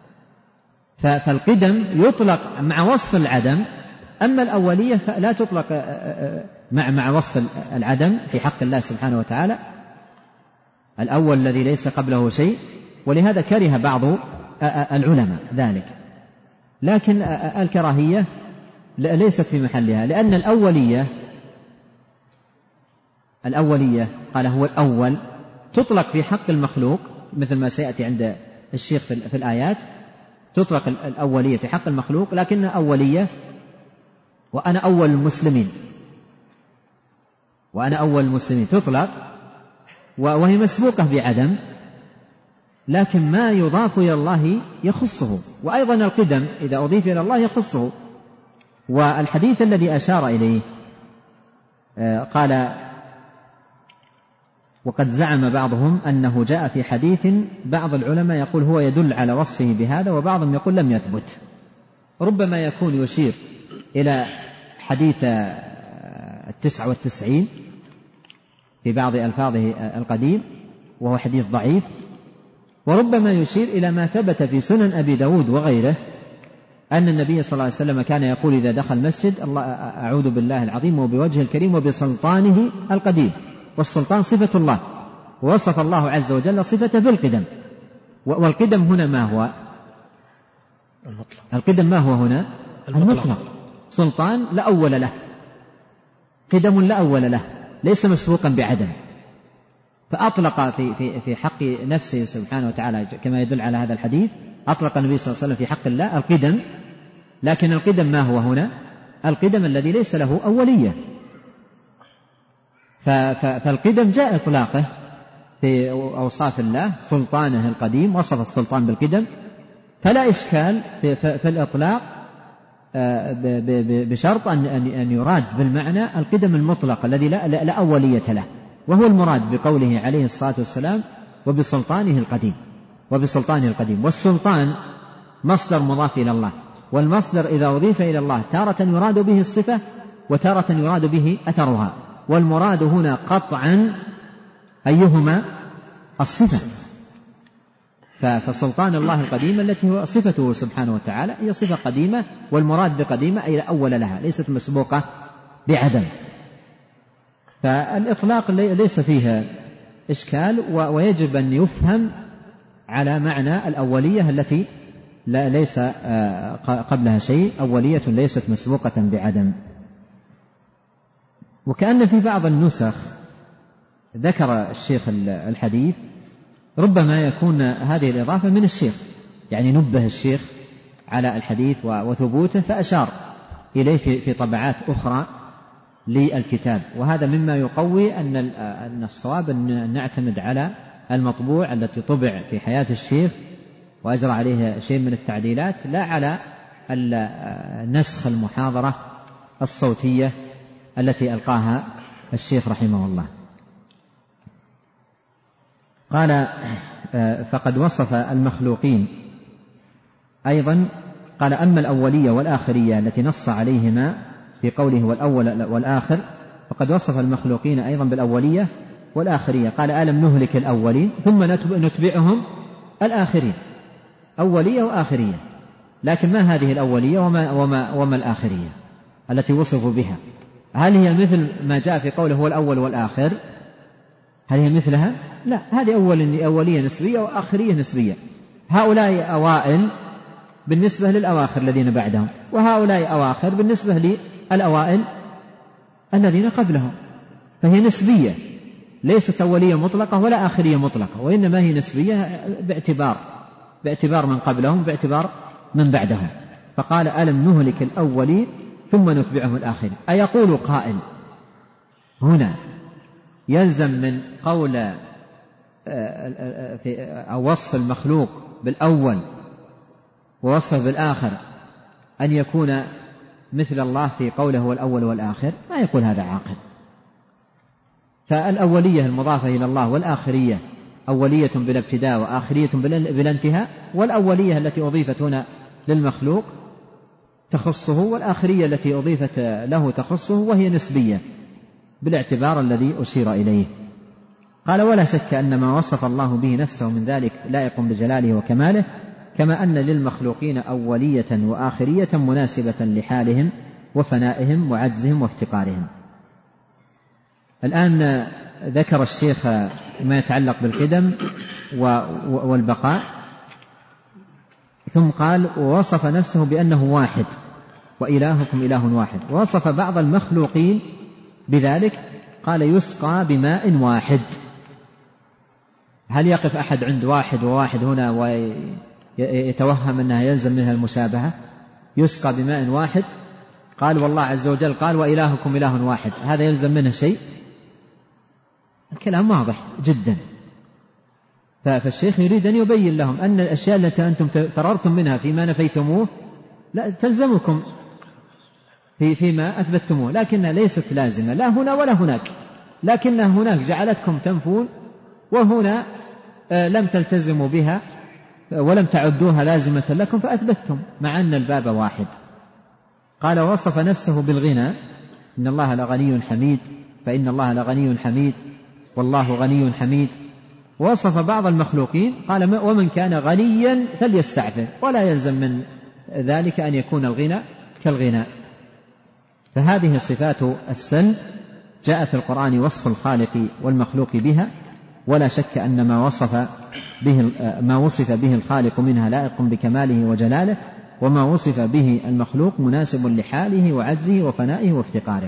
فالقدم يطلق مع وصف العدم، أما الأولية لا تطلق مع مع وصف العدم في حق الله سبحانه وتعالى، الأول الذي ليس قبله شيء. ولهذا كره بعض العلماء ذلك، لكن الكراهية ليست في محلها، لأن الأولية الأولية قال هو الأول تطلق في حق المخلوق، مثل ما سيأتي عند الشيخ في الآيات، تطلق الأولية في حق المخلوق، لكن أولية وأنا أول المسلمين وأنا أول المسلمين تطلق وهي مسبوقة بعدم، لكن ما يضاف إلى الله يخصه، وأيضا القدم إذا أضيف إلى الله يخصه. والحديث الذي أشار إليه قال وقد زعم بعضهم أنه جاء في حديث، بعض العلماء يقول هو يدل على وصفه بهذا، وبعضهم يقول لم يثبت، ربما يكون يشير إلى حديث التسعة والتسعين في بعض ألفاظه القديم وهو حديث ضعيف، وربما يشير إلى ما ثبت في سنن أبي داود وغيره أن النبي صلى الله عليه وسلم كان يقول إذا دخل المسجد الله أعوذ بالله العظيم وبوجهه الكريم وبسلطانه القديم، والسلطان صفة الله، ووصف الله عز وجل صفته بالقدم. والقدم هنا ما هو المطلق. القدم ما هو هنا المطلق, المطلق. سلطان لا أول له، قدم لا أول له، ليس مسبوقا بعدم، فأطلق في, في, في حق نفسه سبحانه وتعالى كما يدل على هذا الحديث، أطلق النبي صلى الله عليه وسلم في حق الله القدم، لكن القدم ما هو هنا القدم الذي ليس له أولية. فالقدم جاء إطلاقه في أوصاف الله، سلطانه القديم وصف السلطان بالقدم، فلا إشكال في الإطلاق بشرط أن يراد بالمعنى القدم المطلق الذي لا أولية له، وهو المراد بقوله عليه الصلاة والسلام وبسلطانه القديم وبسلطانه القديم. والسلطان مصدر مضاف إلى الله، والمصدر إذا أضيف إلى الله تارة يراد به الصفة وتارة يراد به أثرها، والمراد هنا قطعا أيهما الصفة. فسلطان الله القديم التي هو صفته سبحانه وتعالى هي صفة قديمة، والمراد بقديمة أي لا أول لها، ليست مسبوقة بعدم. فالإطلاق ليس فيها إشكال، ويجب أن يفهم على معنى الأولية التي لا ليس قبلها شيء، أولية ليست مسبوقة بعدم. وكأن في بعض النسخ ذكر الشيخ الحديث ربما يكون هذه الإضافة من الشيخ، يعني نبه الشيخ على الحديث وثبوته فأشار إليه في طبعات أخرى للكتاب، وهذا مما يقوي أن الصواب أن نعتمد على المطبوع التي طبع في حياة الشيخ وأجرى عليه شيء من التعديلات، لا على نسخ المحاضرة الصوتية التي ألقاها الشيخ رحمه الله. قال فقد وصف المخلوقين أيضا، قال أما الأولية والآخرية التي نص عليهما في قوله والأول والآخر فقد وصف المخلوقين أيضا بالأولية والآخرية. قال ألم نهلك الأولين ثم نتبعهم الآخرين، أولية وآخرية. لكن ما هذه الأولية وما, وما, وما الآخرية التي وصفوا بها؟ هل هي مثل ما جاء في قوله هو الأول والآخر؟ هل هي مثلها؟ لا، هذه أول أولية نسبية وآخرية نسبية. هؤلاء أوائل بالنسبة للأواخر الذين بعدهم، وهؤلاء أواخر بالنسبة للأوائل الذين قبلهم، فهي نسبية ليست أولية مطلقة ولا آخرية مطلقة، وإنما هي نسبية باعتبار باعتبار من قبلهم باعتبار من بعدهم. فقال ألم نهلك الأولين ثم نتبعهم الآخرين. أيقول قائل هنا يلزم من قول أو وصف المخلوق بالأول ووصف بالآخر أن يكون مثل الله في قوله هو الأول والآخر؟ ما يقول هذا عاقل. فالأولية المضافة إلى الله والآخرية أولية بلا ابتداء وآخرية بلا انتهاء، والأولية التي أضيفت هنا للمخلوق تخصه، والآخرية التي أضيفت له تخصه، وهي نسبية بالاعتبار الذي أشير إليه. قال ولا شك أن ما وصف الله به نفسه من ذلك لائق بجلاله وكماله، كما أن للمخلوقين أولية وآخرية مناسبة لحالهم وفنائهم وعجزهم وافتقارهم. الآن ذكر الشيخ ما يتعلق بالقدم والبقاء، ثم قال ووصف نفسه بأنه واحد وإلهكم إله واحد، ووصف بعض المخلوقين بذلك قال يسقى بماء واحد. هل يقف أحد عند واحد وواحد هنا ويتوهم أنها يلزم منها المشابهة؟ يسقى بماء واحد، قال والله عز وجل قال وإلهكم إله واحد، هذا يلزم منه شيء؟ الكلام واضح جدا. فالشيخ يريد أن يبين لهم أن الأشياء التي أنتم فررتم منها فيما نفيتموه لا تلزمكم في فيما أثبتموه، لكنها ليست لازمة لا هنا ولا هناك، لكنها هناك جعلتكم تنفون وهنا لم تلتزموا بها ولم تعدوها لازمة لكم فأثبتتم، مع أن الباب واحد. قال وصف نفسه بالغنى، إن الله لغني حميد، فإن الله لغني حميد والله غني حميد. ووصف بعض المخلوقين قال ومن كان غنيا فليستعفف، ولا يلزم من ذلك أن يكون الغنى كالغنى. فهذه صفات السلب جاء في القرآن وصف الخالق والمخلوق بها، ولا شك أن ما وصف به ما وصف به الخالق منها لائق بكماله وجلاله، وما وصف به المخلوق مناسب لحاله وعجزه وفنائه وافتقاره.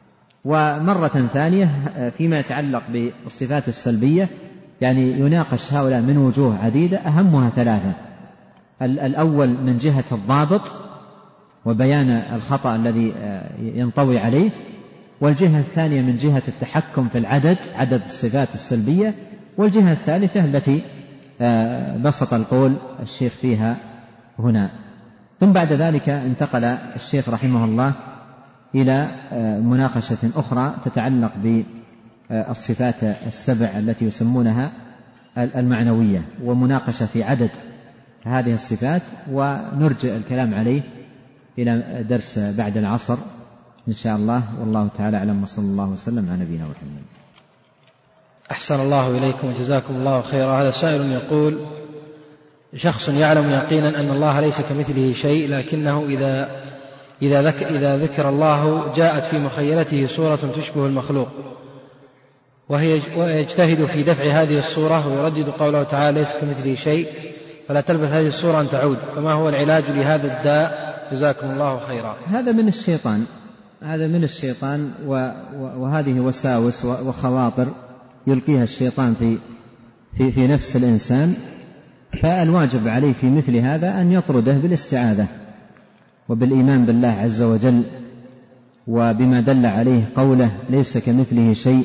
ومرة ثانية فيما يتعلق بالصفات السلبية يعني يناقش هؤلاء من وجوه عديدة، أهمها ثلاثة. الأول من جهة الضابط وبيان الخطأ الذي ينطوي عليه، والجهة الثانية من جهة التحكم في العدد عدد الصفات السلبية، والجهة الثالثة التي بسط القول الشيخ فيها هنا. ثم بعد ذلك انتقل الشيخ رحمه الله إلى مناقشة أخرى تتعلق بالصفات السبع التي يسمونها المعنوية، ومناقشة في عدد هذه الصفات، ونرجع الكلام عليه إلى درس بعد العصر إن شاء الله، والله تعالى أعلم، وصلى الله وسلم على نبينا محمد. أحسن الله إليكم وجزاكم الله خيرا. هذا سائل يقول شخص يعلم يقينا أن الله ليس كمثله شيء، لكنه إذا إذا ذكر, إذا ذكر الله جاءت في مخيلته صورة تشبه المخلوق، وهي ويجتهد في دفع هذه الصورة ويردد قوله تعالى ليس كمثله شيء، فلا تلبث هذه الصورة أن تعود، فما هو العلاج لهذا الداء؟ جزاكم الله خيرا. هذا من الشيطان، هذا من الشيطان، وهذه وساوس وخواطر يلقيها الشيطان في في في نفس الإنسان، فالواجب عليه في مثل هذا أن يطرده بالاستعاذة وبالإيمان بالله عز وجل وبما دل عليه قوله ليس كمثله شيء،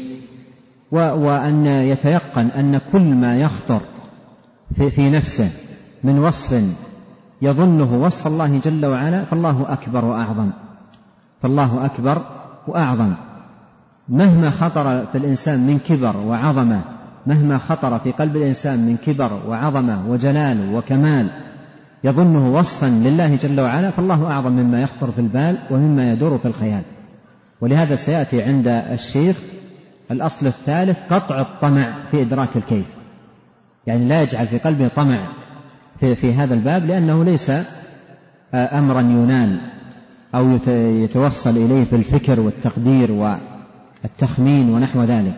وأن يتيقن أن كل ما يخطر في, في نفسه من وصف يظنه وصف الله جل وعلا فالله أكبر وأعظم، فالله أكبر وأعظم. مهما خطر في الإنسان من كبر وعظمة، مهما خطر في قلب الإنسان من كبر وعظمة وجلال وكمال يظنه وصفا لله جل وعلا فالله أعظم مما يخطر في البال ومما يدور في الخيال. ولهذا سيأتي عند الشيخ الأصل الثالث قطع الطمع في إدراك الكيف، يعني لا يجعل في قلبه طمع في, في هذا الباب، لأنه ليس أمرا ينال أو يتوصل إليه بالفكر والتقدير والتخمين ونحو ذلك.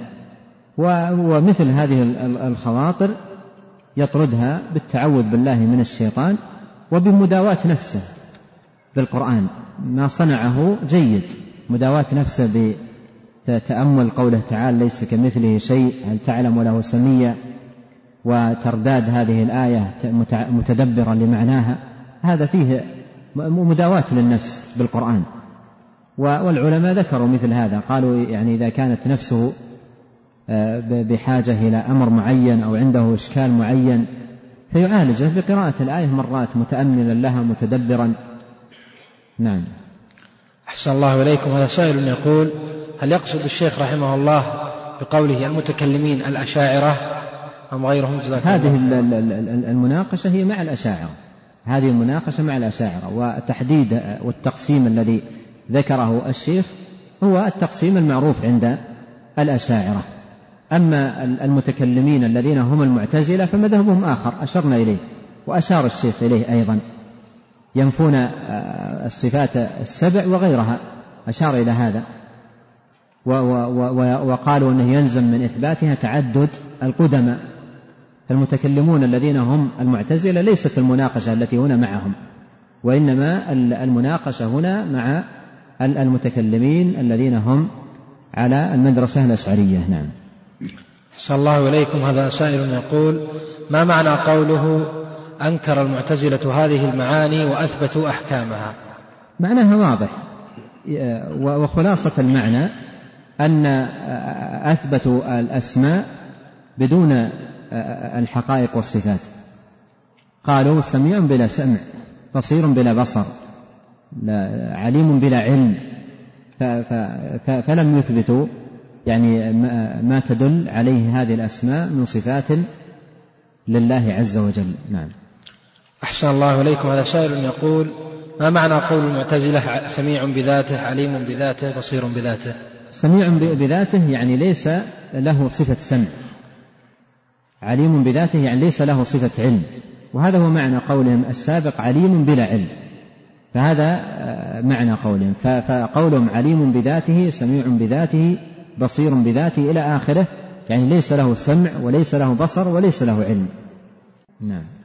ومثل هذه الخواطر يطردها بالتعوذ بالله من الشيطان وبمداواة نفسه بالقرآن، ما صنعه جيد، مداواة نفسه بتأمل قوله تعالى ليس كمثله شيء هل تعلم له سميا، وترداد هذه الآية متدبرا لمعناها، هذا فيه مداواة للنفس بالقرآن. والعلماء ذكروا مثل هذا، قالوا يعني إذا كانت نفسه بحاجة إلى أمر معين أو عنده إشكال معين فيعالجه بقراءة الآية مرات متأملا لها متدبرا. نعم. أحسن الله إليكم. هذا سائل يقول هل يقصد الشيخ رحمه الله بقوله المتكلمين الأشاعرة أم غيرهم؟ هذه المناقشة هي مع الأشاعرة، هذه المناقشة مع الأشاعرة، والتحديد والتقسيم الذي ذكره الشيخ هو التقسيم المعروف عند الأشاعرة. أما المتكلمين الذين هم المعتزلة فمذهبهم آخر أشرنا إليه وأشار الشيخ إليه أيضا، ينفون الصفات السبع وغيرها، أشار إلى هذا، وقالوا أنه يلزم من إثباتها تعدد القدماء. فالمتكلمون الذين هم المعتزلة ليست المناقشة التي هنا معهم، وإنما المناقشة هنا مع المتكلمين الذين هم على المدرسة الأشعرية. نعم. أحسن الله إليكم. هذا سائل يقول ما معنى قوله أنكر المعتزلة هذه المعاني وأثبتوا أحكامها؟ معناها واضح، وخلاصة المعنى أن أثبتوا الأسماء بدون الحقائق والصفات. قالوا سميع بلا سمع، بصير بلا بصر، عليم بلا علم، فلم يثبتوا يعني ما تدل عليه هذه الأسماء من صفات لله عز وجل. نعم. أحسن الله إليكم. هذا سائل يقول ما معنى قول المعتزلة سميع بذاته عليم بذاته بصير بذاته؟ سميع بذاته يعني ليس له صفة سمع، عليم بذاته يعني ليس له صفة علم، وهذا هو معنى قولهم السابق عليم بلا علم، فهذا معنى قولهم. فقولهم عليم بذاته سميع بذاته بصير بذاته إلى آخره، يعني ليس له سمع وليس له بصر وليس له علم. نعم.